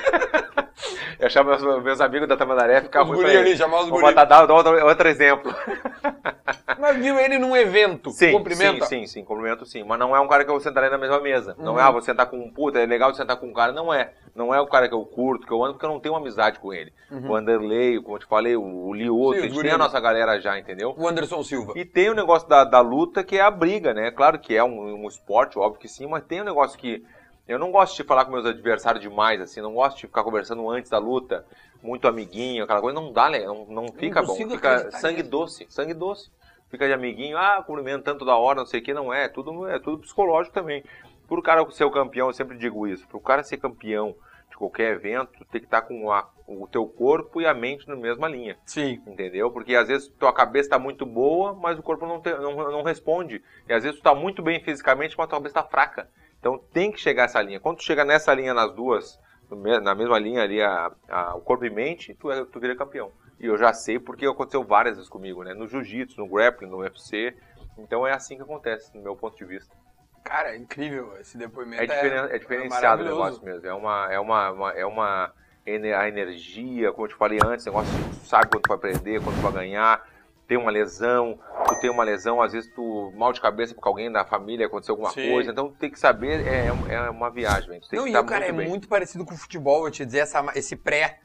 Eu achava meus amigos da Tamandaré ficar ruim pra ele. Ali, chamar os Vou dar outro exemplo. Mas viu ele num evento, cumprimenta? Sim, cumprimento sim. Mas não é um cara que eu sentaria na mesma mesa. Não vou sentar com um puta, é legal de sentar com um cara. Não é o cara que eu curto, que eu ando, porque eu não tenho uma amizade com ele. O Vanderlei, como eu te falei, o Lioto, a gente tem a nossa galera já, entendeu? O Anderson Silva. E tem o negócio da luta, que é a briga, né? Claro que é um esporte, óbvio que sim, mas tem um negócio que Eu não gosto de falar com meus adversários demais, assim, não gosto de ficar conversando antes da luta, muito amiguinho, aquela coisa, não dá, não fica bom, fica sangue doce. Fica de amiguinho, cumprimentando toda hora, não sei o que, não é tudo psicológico também. Por o cara ser o campeão, eu sempre digo isso, para o cara ser campeão de qualquer evento, tem que estar com o teu corpo e a mente na mesma linha. Sim. Entendeu? Porque às vezes tua cabeça está muito boa, mas o corpo não responde. E às vezes tu está muito bem fisicamente, mas tua cabeça está fraca. Então tem que chegar essa linha. Quando tu chega nessa linha nas duas, na mesma linha ali, o corpo e mente, tu vira campeão. E eu já sei porque aconteceu várias vezes comigo, né? No jiu-jitsu, no grappling, no UFC. Então é assim que acontece, no meu ponto de vista. Cara, é incrível esse depoimento. É diferenciado o negócio mesmo. A energia, como eu te falei antes, o negócio tu sabe quando tu vai perder, quando tu vai ganhar. Tem uma lesão, às vezes tu mal de cabeça porque alguém da família aconteceu alguma coisa, então tu tem que saber, é uma viagem. O cara é muito parecido com o futebol, vou te dizer, esse pré.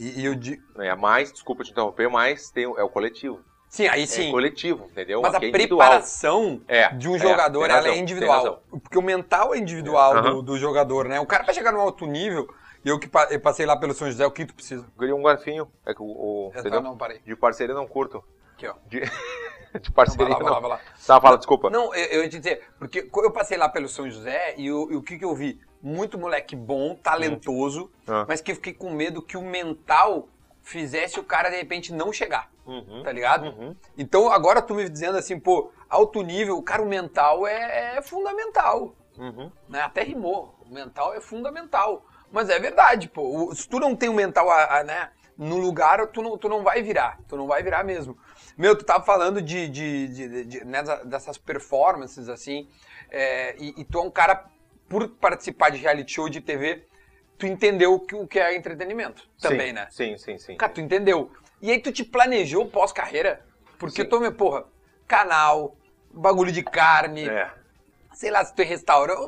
Desculpa te interromper, mas é o coletivo. Sim, aí sim. É coletivo, entendeu? Mas a preparação de um jogador, ela é individual. Porque o mental é individual do jogador, né? O cara vai chegar num alto nível, e eu passei lá pelo São José, o que tu precisa? Eu queria um garfinho, entendeu? Não, parei. De parceria não curto. Aqui, ó. De parceria não. Vai lá. Tá, fala, desculpa. Não, eu ia te dizer, porque eu passei lá pelo São José e o que eu vi? Muito moleque bom, talentoso, mas que eu fiquei com medo que o mental fizesse o cara, de repente, não chegar, tá ligado? Então, agora tu me dizendo assim, alto nível, o mental é fundamental, né? Até rimou, o mental é fundamental, mas é verdade, se tu não tem o mental, né, no lugar, tu não vai virar mesmo. Meu, tu tava falando né, dessas performances, assim, e tu é um cara, por participar de reality show de TV, tu entendeu o que é entretenimento também, né? Sim. Cara, tu entendeu. E aí tu te planejou pós-carreira? Porque canal, bagulho de carne, sei lá, se tu tem restaurante.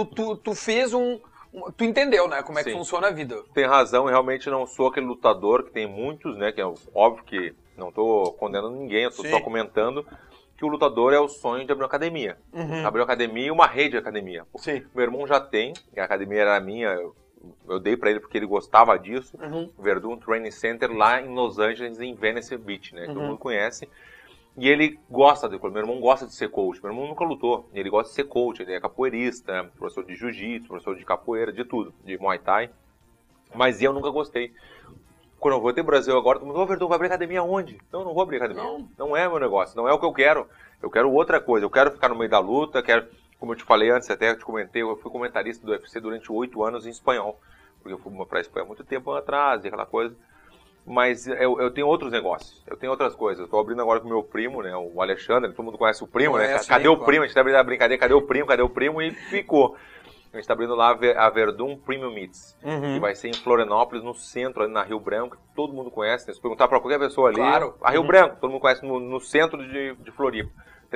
Tu fez tu entendeu, né, como é que funciona a vida. Tem razão, eu realmente não sou aquele lutador que tem muitos, né, que é óbvio que não tô condenando ninguém, eu tô só comentando que o lutador é o sonho de abrir uma academia. Abrir uma academia e uma rede de academia. Sim. Meu irmão já tem, a academia era minha, eu dei pra ele porque ele gostava disso, Verdun Training Center lá em Los Angeles, em Venice Beach, né, todo mundo conhece. E ele gosta meu irmão gosta de ser coach, meu irmão nunca lutou, ele gosta de ser coach, ele é capoeirista, professor de jiu-jitsu, professor de capoeira, de tudo, de Muay Thai, mas eu nunca gostei. Quando eu voltei pro Brasil agora, todo mundo, Verdun, vai abrir academia onde? Não vou abrir academia, não é meu negócio, não é o que eu quero outra coisa, eu quero ficar no meio da luta, como eu te falei antes, até eu te comentei, eu fui comentarista do UFC durante 8 anos em espanhol, porque eu fui pra Espanha há muito tempo atrás, e aquela coisa. Mas eu tenho outros negócios, eu tenho outras coisas. Eu tô abrindo agora com o meu primo, né, o Alexandre, todo mundo conhece o primo, né? Cadê o primo? A gente tá abrindo a brincadeira, cadê o primo? E ficou. A gente tá abrindo lá a Verdun Premium Meats, que vai ser em Florianópolis, no centro, ali na Rio Branco, que todo mundo conhece, né? Se perguntar pra qualquer pessoa ali, a Rio Branco, todo mundo conhece no centro de Floripa.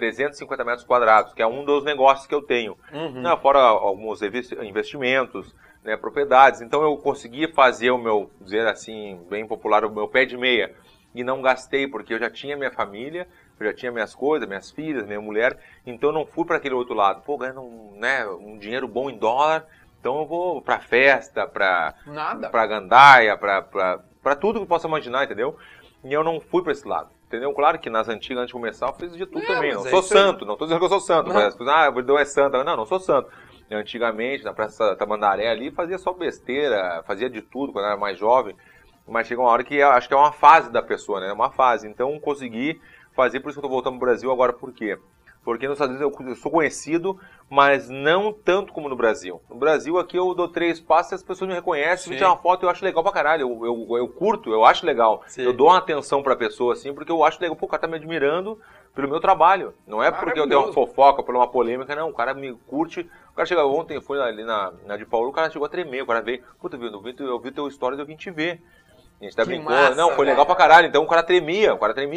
350 metros quadrados, que é um dos negócios que eu tenho. Fora alguns investimentos, né, propriedades. Então eu consegui fazer o meu, dizer assim, bem popular, o meu pé de meia. E não gastei, porque eu já tinha minha família, eu já tinha minhas coisas, minhas filhas, minha mulher. Então eu não fui para aquele outro lado. Ganhando um dinheiro bom em dólar, então eu vou para festa, para gandaia, para tudo que eu possa imaginar, entendeu? E eu não fui para esse lado. Entendeu? Claro que nas antigas, antes de começar, eu fiz de tudo também. Não sou santo, não tô dizendo que eu sou santo. Mas, o Verdun é santa. Não sou santo. Antigamente, na Praça Tamandaré ali, fazia só besteira, fazia de tudo quando era mais jovem. Mas chega uma hora que acho que é uma fase da pessoa, né? É uma fase. Então, consegui fazer, por isso que eu tô voltando pro Brasil agora. Por quê? Porque nos Estados Unidos eu sou conhecido, mas não tanto como no Brasil. No Brasil, aqui eu dou 3 passos e as pessoas me reconhecem, me tiram uma foto, eu acho legal pra caralho. Eu curto, eu acho legal. Sim. Eu dou uma atenção pra pessoa, assim, porque eu acho legal. O cara tá me admirando pelo meu trabalho. Não é porque eu dei uma fofoca, por uma polêmica, não. O cara me curte. O cara chega ontem, eu fui ali na de Paulo, o cara chegou a tremer. O cara veio, puta, eu vi teu stories, eu vim te ver. A gente tá brincando. Massa, não, foi legal pra caralho. Então o cara tremia.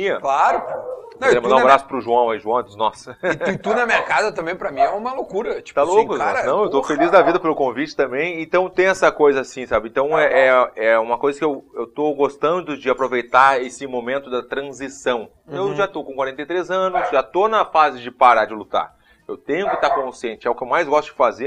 Claro. Não, queria mandar um abraço pro João aí, João dos nossos. E tu na minha casa também, pra mim, é uma loucura. Tipo, tá louco, assim, cara? Não, eu tô feliz da vida pelo convite também. Então tem essa coisa assim, sabe? Então é uma coisa que eu tô gostando de aproveitar esse momento da transição. Eu já tô com 43 anos, já tô na fase de parar de lutar. Eu tenho que estar consciente, é o que eu mais gosto de fazer.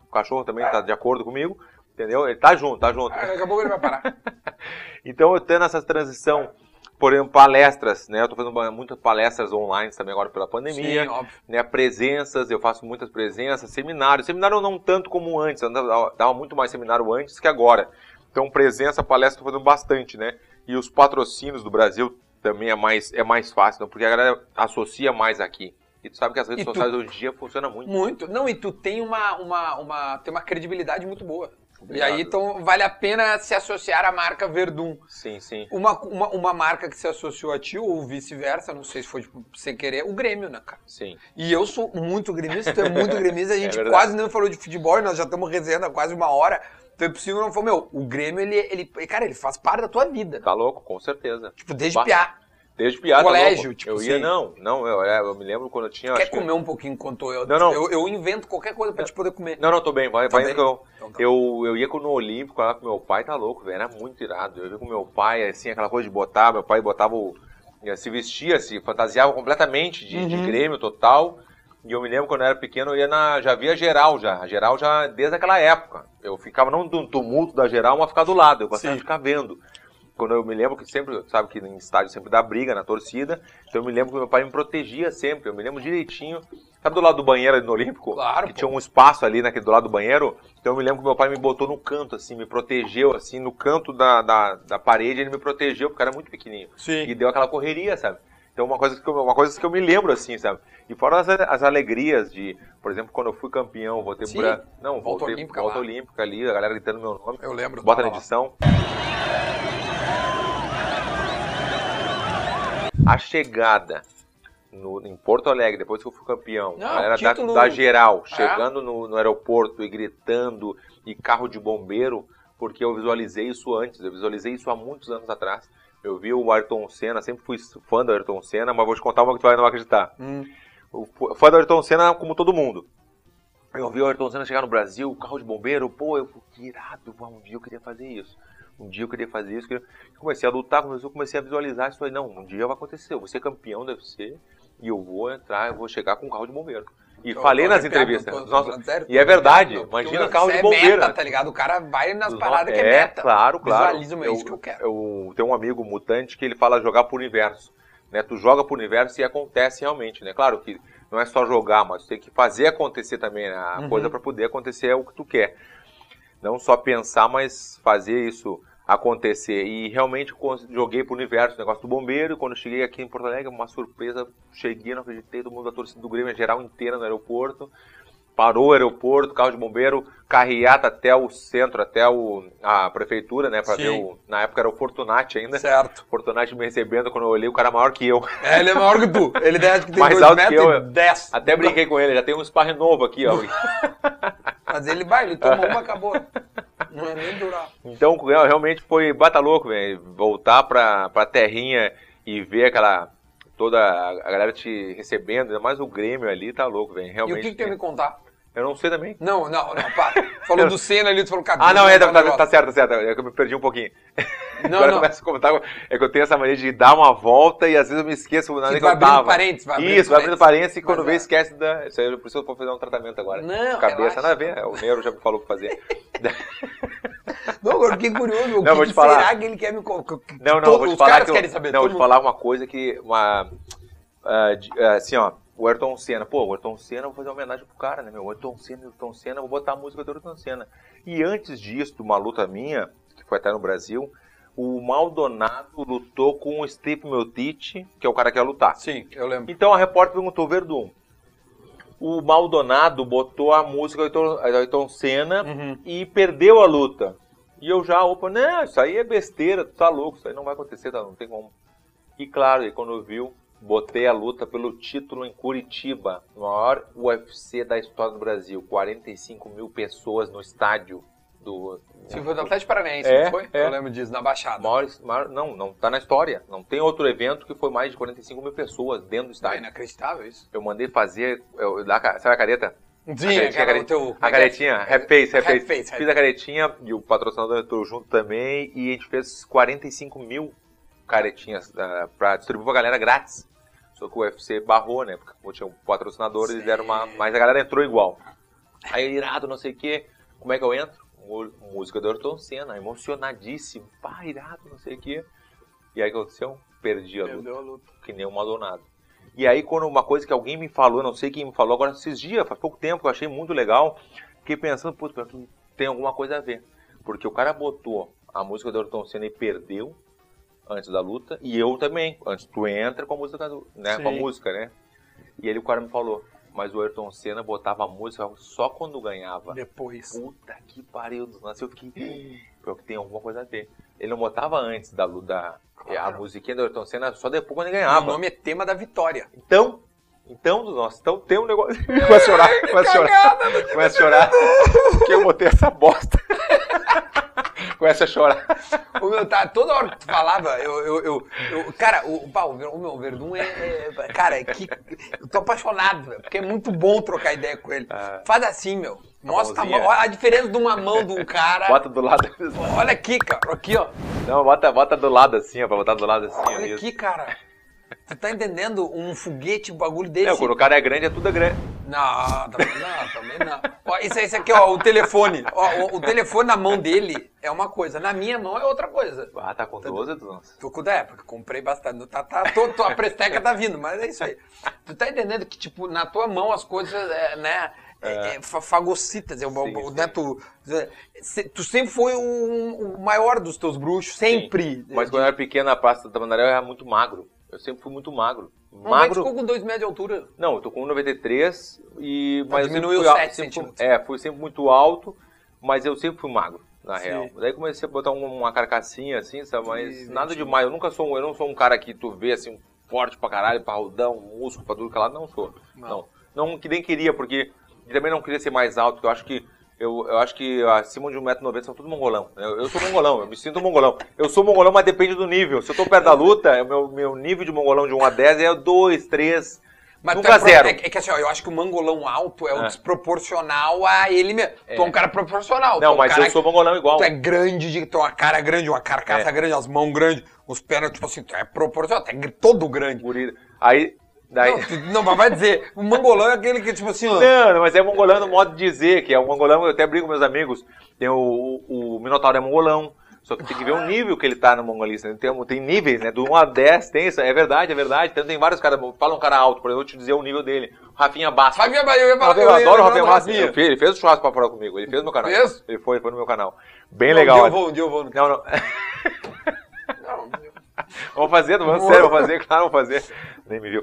O cachorro também tá de acordo comigo, entendeu? Ele tá junto. Daqui a pouco ele vai parar. Então, eu tendo essa transição, por exemplo, palestras, né? Eu tô fazendo muitas palestras online também agora pela pandemia. Sim, óbvio. Né? Presenças, eu faço muitas presenças, seminários. Seminário não tanto como antes, eu dava muito mais seminário antes que agora. Então, presença, palestra, eu tô fazendo bastante, né? E os patrocínios do Brasil também é mais fácil, porque a galera associa mais aqui. E tu sabe que as redes sociais hoje em dia funcionam muito. Muito. Não, e tu tem tem uma credibilidade muito boa. Obrigado. E aí, então, vale a pena se associar à marca Verdun. Sim, sim. Uma marca que se associou a ti, ou vice-versa, não sei se foi sem querer, o Grêmio, né, cara? Sim. E eu sou muito gremista, tu é muito gremista, a gente quase não falou de futebol, nós já estamos resenhando há quase 1 hora. Então é possível não falar, o Grêmio, cara, ele faz parte da tua vida. Tá louco, com certeza. Tipo, desde piá. Desde piada, colégio, tipo eu assim. ia, eu me lembro quando eu tinha... Quer comer um pouquinho enquanto eu... Não. Eu invento qualquer coisa pra te poder comer. Não, tô bem, vai bem? indo que Então tá. eu ia no Olímpico lá com meu pai, tá louco, velho, era muito irado. Eu ia com meu pai, assim, aquela coisa de botar, meu pai botava se vestia, se fantasiava completamente de Grêmio total. E eu me lembro quando eu era pequeno, eu ia já via geral desde aquela época. Eu ficava não no tumulto da geral, mas ficar do lado, eu gostava de ficar vendo. Quando eu me lembro que sempre, sabe que em estádio sempre dá briga na torcida, então eu me lembro que meu pai me protegia sempre, eu me lembro direitinho. Sabe do lado do banheiro ali no Olímpico? Claro, que tinha um espaço ali do lado do banheiro, então eu me lembro que meu pai me botou no canto, assim, me protegeu, assim, no canto da parede, ele me protegeu, porque era muito pequenininho. Sim. E deu aquela correria, sabe? Então uma coisa que eu me lembro, assim, sabe? E fora as alegrias de, por exemplo, quando eu fui campeão, voltei pra... Não, volta olímpica ali, a galera gritando meu nome. Eu lembro. Bota na edição. A chegada em Porto Alegre, depois que eu fui campeão, a galera da geral, chegando no aeroporto e gritando, e carro de bombeiro, porque eu visualizei isso antes, eu visualizei isso há muitos anos atrás. Eu vi o Ayrton Senna, sempre fui fã do Ayrton Senna, mas vou te contar uma que tu não vai acreditar. Fã do Ayrton Senna como todo mundo. Eu vi o Ayrton Senna chegar no Brasil, carro de bombeiro, eu fui que irado, um dia eu queria fazer isso. Um dia eu queria fazer isso. Eu comecei a lutar, comecei a visualizar isso aí. Não, um dia vai acontecer, eu vou ser campeão, deve ser, e eu vou entrar, eu vou chegar com um carro de bombeiro. E falei nas entrevistas. E é verdade, imagina o carro de bombeiro. Meta, tá ligado? O cara vai nas paradas que é meta. Claro. Visualiza isso que eu quero. Eu tenho um amigo mutante que ele fala jogar pro universo. Né? Tu joga pro universo e acontece realmente, né? Claro que não é só jogar, mas tu tem que fazer acontecer também, né? A coisa para poder acontecer é o que tu quer. Não só pensar, mas fazer isso acontecer. E realmente joguei pro universo o negócio do bombeiro. Quando eu cheguei aqui em Porto Alegre, uma surpresa, cheguei, não acreditei, todo mundo da torcida do Grêmio, geral inteira no aeroporto. Parou o aeroporto, carro de bombeiro, carreata até o centro, até a prefeitura, né, pra ver na época era o Fortunati ainda. Certo. Fortunati me recebendo, quando eu olhei, o cara é maior que eu. Ele é maior que tu. Ele acho que tem mais 2 alto metros que eu. E 10. Até brinquei com ele, já tem um sparring novo aqui, ó. Mas ele tomou uma, acabou. Não é nem durar. Então, realmente foi bata louco, velho. Voltar pra terrinha e ver toda a galera te recebendo, ainda mais o Grêmio ali, tá louco, velho. Realmente. E o que tu ia me contar? Eu não sei também. Não, para. Falou do Senna ali, tu falou, cara... Tá certo. É que eu me perdi um pouquinho. Agora eu começo a comentar, é que eu tenho essa mania de dar uma volta e às vezes eu me esqueço na hora que eu tava. Parênteses, vai abrindo parênteses e quando vê esquece da... Isso aí, por isso eu vou fazer um tratamento agora. Não, cabeça, nada a ver, o Neuro já me falou o que fazer. Não, agora fiquei curioso, não, o que será que ele quer me... Não, vou te falar que querem saber. Não, vou te falar uma coisa que... assim, ó, o Ayrton Senna. Pô, o Ayrton Senna, vou fazer uma homenagem pro cara, né, meu? O Ayrton Senna, vou botar a música do Ayrton Senna. E antes disso, de uma luta minha, que foi até no Brasil, o Maldonado lutou com o Steve Miocic, que é o cara que ia lutar. Sim, eu lembro. Então a repórter perguntou, Verdun, o Maldonado botou a música do Ayrton Senna e perdeu a luta. E eu já, não, isso aí é besteira, tu tá louco, isso aí não vai acontecer, não tem como. E claro, e quando viu, botei a luta pelo título em Curitiba, o maior UFC da história do Brasil, 45 mil pessoas no estádio do... Sim, foi do Atlético Paranaense, não foi? Eu lembro disso, na Baixada. Não tá na história, não tem outro evento que foi mais de 45 mil pessoas dentro do estádio. É inacreditável isso. Eu mandei fazer, sabe a careta? Sim, a caretinha, Happy Face. Fiz a caretinha e o patrocinador entrou junto também e a gente fez 45 mil caretinhas pra distribuir pra galera grátis. Só que o UFC barrou, né? Porque como tinha um patrocinador, eles deram mas a galera entrou igual. Aí irado, não sei o quê. Como é que eu entro? Música do Ayrton Senna, emocionadíssimo. Pá, irado, não sei o quê. E aí o que aconteceu? Perdi a luta. Que nem um Maldonado. E aí quando uma coisa que alguém me falou, não sei quem me falou, agora esses dias, faz pouco tempo, que eu achei muito legal, fiquei pensando, putz, tem alguma coisa a ver. Porque o cara botou a música do Ayrton Senna e perdeu antes da luta, e eu também. Antes tu entra com a música, né? Com a música, né? E ele, o cara me falou, mas o Ayrton Senna botava a música só quando ganhava. Depois. Puta que pariu. Nossa, eu fiquei... Porque tem alguma coisa a ver. Ele não botava antes da luta a musiquinha do Ayrton Senna, só depois quando ele ganhava. O nome é Tema da Vitória. Então tem um negócio... Começa a chorar. Porque eu botei essa bosta. Começa a chorar. Toda hora que tu falava, cara, o meu Verdun cara, eu tô apaixonado, porque é muito bom trocar ideia com ele. Faz assim, meu. Mostra a mão, olha a diferença de uma mão de um cara. Bota do lado. Olha aqui, cara, aqui, ó. Não, bota do lado assim, ó, pra botar do lado assim. Olha aqui, cara. Tu tá entendendo? Um foguete, um bagulho desse. Quando o cara é grande, tudo é grande. Não, também não. Ó, esse aqui, ó, o telefone. Ó, o telefone na mão dele é uma coisa, na minha mão é outra coisa. Ah, tá com 12, Nossa. Tô com 10, porque comprei bastante. A presteca tá vindo, mas é isso aí. Tu tá entendendo que, tipo, na tua mão as coisas, né... fagocitas, né? Tu sempre foi o maior dos teus bruxos, sempre. Sim. Mas quando eu era pequeno, na Praça da Tamandaré, eu era muito magro. Eu sempre fui muito magro. Mas ficou com 2 metros de altura? Não, eu tô com 1,93 e... Mas diminuiu 7 centímetros. Fui sempre muito alto, mas eu sempre fui magro, na real. Daí comecei a botar uma carcassinha assim, sabe? Mas nada demais. Eu não sou um cara que tu vê assim, forte pra caralho, parrudão, músculo pra tudo que lá. Não sou. Não, que nem queria, porque... E também não queria ser mais alto, porque eu acho que acima de 1,90 m são tudo mongolão. Eu sou mongolão, eu me sinto mongolão. Eu sou mongolão, mas depende do nível. Se eu tô perto da luta, meu nível de mongolão de 1 a 10 é 2, 3, mas nunca 0. É que assim, ó, eu acho que o mongolão alto é o desproporcional a ele mesmo. Tu é um cara proporcional. Não, mas eu sou mongolão igual. Tu é grande, tu é uma cara grande, uma carcaça grande, as mãos grandes, os pernas, tipo assim, tu é proporcional, tu é todo grande. Aí... Não, mas vai dizer, o mongolão é aquele que, tipo assim... Não, mas é mongolão no modo de dizer, que é o mongolão, eu até brigo com meus amigos, tem o Minotauro é mongolão, só que tem que ver o nível que ele tá no mongolista, tem níveis, né, do 1 a 10 tem isso, é verdade, então tem vários caras, fala um cara alto, por exemplo, eu vou te dizer o nível dele, Rafinha Bastos. Eu adoro o Rafinha Bastos, ele fez o churrasco pra fora comigo, ele fez no meu canal. Fez? Ele foi no meu canal, bem legal. Um dia eu vou. Não. Vamos fazer, sério, vamos fazer. Nem me viu.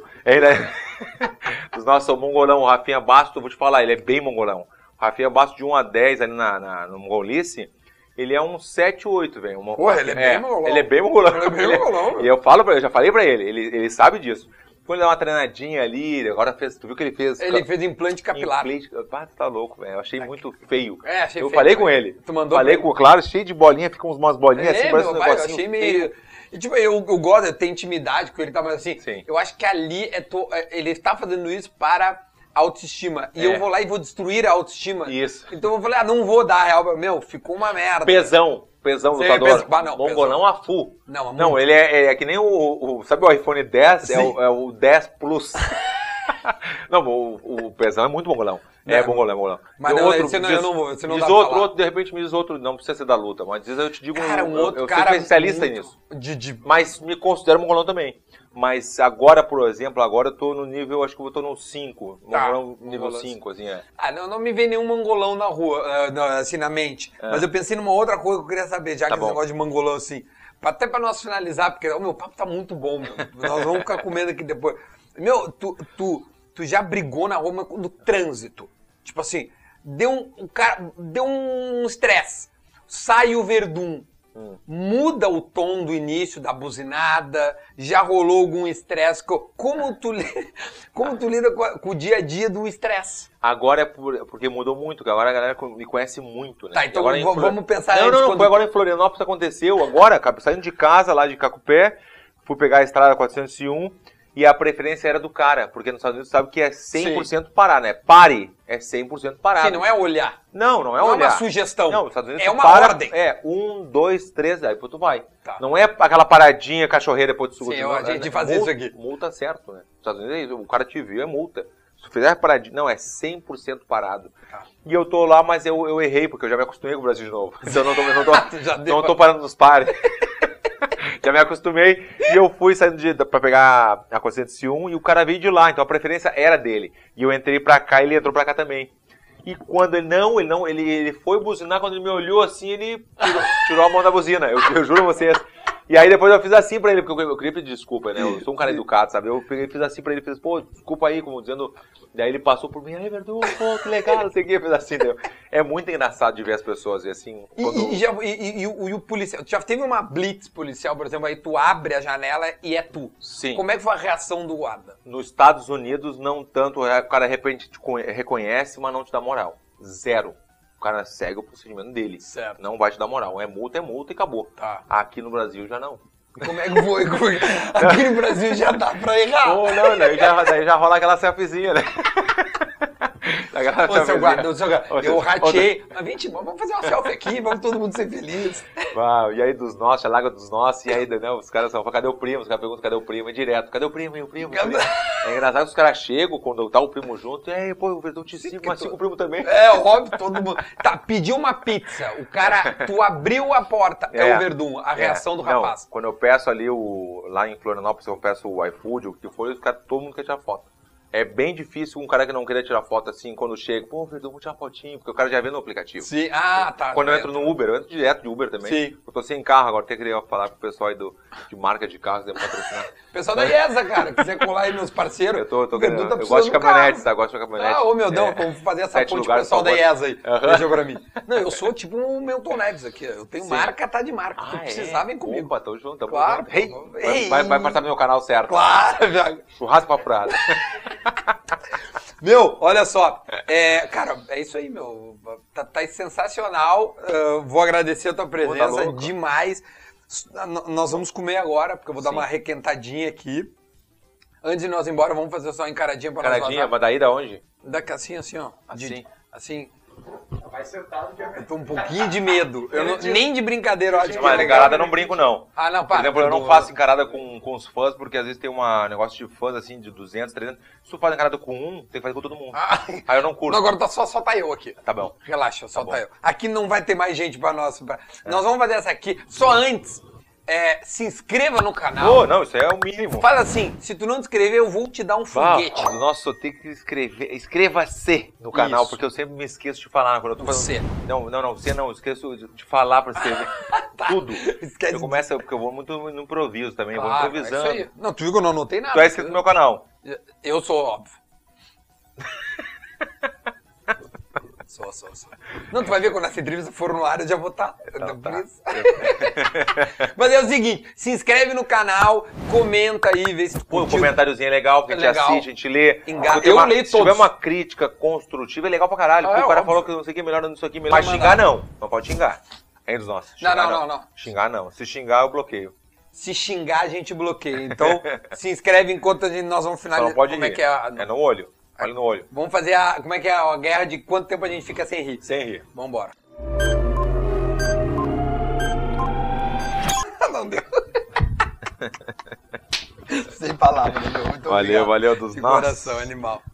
Os nossos mongolão, o Rafinha Bastos, eu vou te falar, ele é bem mongolão. O Rafinha Bastos de 1 a 10 ali no mongolice, ele é um 7, 8, velho. Porra, ele é bem mongolão. Ele é bem mongolão. E eu falo pra ele, já falei pra ele, ele sabe disso. Quando ele dá uma treinadinha ali, agora tu viu que ele fez... Ele fez implante capilar. Tu tá louco, velho. Eu achei muito feio. Achei feio. Eu falei com ele. Tu mandou falei com, claro, cheio de bolinha, ficam umas bolinhas assim, parece um negocinho. Eu achei meio... E, tipo, eu gosto, eu tenho intimidade com ele, tá? Mas assim, eu acho que ali ele está fazendo isso para autoestima. E eu vou lá e vou destruir a autoestima. Isso. Então eu falei, não vou dar real. Meu, ficou uma merda. Pesão lutador. Mongolão a full. Não, ele é que nem sabe o iPhone 10? É o 10 Plus. Não, o Pesão é muito mongolão. É mongolão. Mas não, eu não vou. Você não diz outro, de repente me diz outro, não precisa ser da luta, mas eu te digo, cara, eu sou especialista nisso. Mas me considero mongolão também. Mas agora, por exemplo, eu tô no nível, acho que eu tô no 5. Mongolão nível 5, assim, não me vem nenhum mongolão na rua, assim, na mente. Mas eu pensei numa outra coisa que eu queria saber, já que esse negócio de mongolão, assim. Até pra nós finalizar, porque o meu papo tá muito bom, meu. Nós vamos ficar comendo aqui depois. Meu, tu já brigou na rua no trânsito. Tipo assim, deu um estresse. Sai o Verdun. Muda o tom do início da buzinada, já rolou algum estresse. Como tu lida com o dia a dia do estresse? Agora é porque mudou muito, agora a galera me conhece muito, né? Tá, então vamos pensar Não, foi agora em Florianópolis aconteceu, agora, saindo de casa lá de Cacupé, fui pegar a estrada 401 e a preferência era do cara, porque nos Estados Unidos sabe que é 100% parar, né? Pare, é 100% parado. Sim, não é olhar. Não é olhar. Não é uma sugestão. Não, nos Estados Unidos é uma ordem. 1, 2, 3, aí depois tu vai. Tá. Não é aquela paradinha cachorreira depois de Sim, a gente fazer isso aqui. Multa certo, né? Nos Estados Unidos o cara te viu, é multa. Se fizer paradinho, não, é 100% parado. E eu tô lá, mas eu errei, porque eu já me acostumei com o Brasil de novo. Então eu não tô parando nos pares. Já me acostumei e eu fui saindo pra pegar a Constituição 1 e o cara veio de lá, então a preferência era dele. E eu entrei pra cá e ele entrou pra cá também. E quando ele foi buzinar, quando ele me olhou assim, ele tirou a mão da buzina, eu juro a vocês. E aí depois eu fiz assim pra ele, porque eu queria pedir desculpa, né? Eu sou um cara educado, sabe? Eu peguei e fiz assim pra ele, fiz, pô, desculpa aí, como dizendo... Daí ele passou por mim, ai, Verdun, pô, que legal, não sei o que, fez assim, né? É muito engraçado de ver as pessoas e assim... Quando... E o policial, já teve uma blitz policial, por exemplo, aí tu abre a janela e é tu. Sim. Como é que foi a reação do guarda? Nos Estados Unidos, não tanto, o cara de repente te reconhece, mas não te dá moral. Zero. O cara segue o procedimento dele. Certo. Não vai te dar moral. É multa e acabou. Tá. Aqui no Brasil já não. Como é que foi? Aqui no Brasil já dá pra errar. Pô, não, daí já rola aquela selfiezinha, né? Ô, seu guarda, eu ratei. Mas, gente, vamos fazer uma selfie aqui, vamos todo mundo ser feliz. Uau, e aí dos nossos, a Lagoa dos nossos, e aí, né, os caras falam, cadê o primo? Os caras perguntam, cadê o primo? É direto, cadê o primo? E o primo? É engraçado que os caras chegam quando tá o primo junto, e aí, pô, o Verdun te sigo, mas siga o primo também. É, óbvio, todo mundo. Tá, pediu uma pizza, o cara, tu abriu a porta, é o Verdun, a reação do rapaz. Quando eu peço ali, lá em Florianópolis, eu peço o iFood, o que for, todo mundo quer tirar foto. É bem difícil um cara que não queria tirar foto assim, quando chega, pô, Verdun, vou tirar fotinho, porque o cara já vê no aplicativo. Sim, tá. Quando eu entro no Uber, eu entro direto de Uber também. Sim. Eu tô sem carro agora, até queria falar pro pessoal aí de marca de carros, de patrocinar. Pessoal da IESA, cara, quiser colar aí meus parceiros. Eu gosto de caminhonetes, tá? Gosto de caminhonete. Ah, ô meu Deus, vamos fazer essa ponte com o pessoal da IESA aí. Deixa pra mim. Não, eu sou tipo um Milton Neves aqui, eu tenho marca, tá de marca. Se precisar, vem comigo. Opa, tamo junto, tamo claro, junto. Hey, vai passar no meu canal certo. Claro, velho. Churrasco pra furada. Meu, olha só, cara, é isso aí, meu, tá sensacional, vou agradecer a tua presença demais, nós vamos comer agora, porque eu vou dar uma requentadinha aqui, antes de nós ir embora, vamos fazer só uma encaradinha pra nós. Encaradinha, mas daí da onde? Daqui assim, ó. Assim. Vai sentado que eu tô um pouquinho de medo. Nem de brincadeira eu acho que mas encarada eu não brinco, não. Ah, não, para. Por exemplo, eu não faço encarada com os fãs, porque às vezes tem um negócio de fãs assim, de 200, 300. Se tu faz encarada com um, tem que fazer com todo mundo. Aí eu não curto. Não, agora só tá eu aqui. Tá bom. Relaxa, só tá eu. Aqui não vai ter mais gente pra nós. Nós vamos fazer essa aqui. Só antes, se inscreva no canal. Não, isso aí é o mínimo. Fala assim, se tu não te inscrever, eu vou te dar um foguete. Nossa, eu tenho que escrever. Inscreva-se no canal, porque eu sempre me esqueço de falar quando eu tô fazendo. Não, você não, eu esqueço de falar pra escrever. Tudo. Eu começo, porque eu vou muito no improviso também, eu vou improvisando. É isso aí. Não, tu viu que eu não anotei nada. Tu é inscrito no meu canal. Eu sou, óbvio. Só. Não, tu vai ver quando essa entrevista for no ar, eu já vou estar. Mas é o seguinte, se inscreve no canal, comenta aí, vê se tu curtiu. Um comentáriozinho é legal, porque a gente assiste, a gente lê. Eu leio todos. Se tiver uma crítica construtiva, é legal pra caralho. Porque o cara falou que não sei o que, melhor nisso aqui, melhor. Mas xingar não pode xingar. É dos nossos. Não. Xingar não. Se xingar, eu bloqueio. Se xingar, a gente bloqueia. Então, se inscreve enquanto nós vamos finalizar. Só não pode Como rir. É que é? É no olho. Olha no olho. Vamos fazer como é que é a guerra de quanto tempo a gente fica sem rir? Sem rir. Vambora. Não deu. Sem palavras, meu. Muito valeu dos nossos. Coração animal.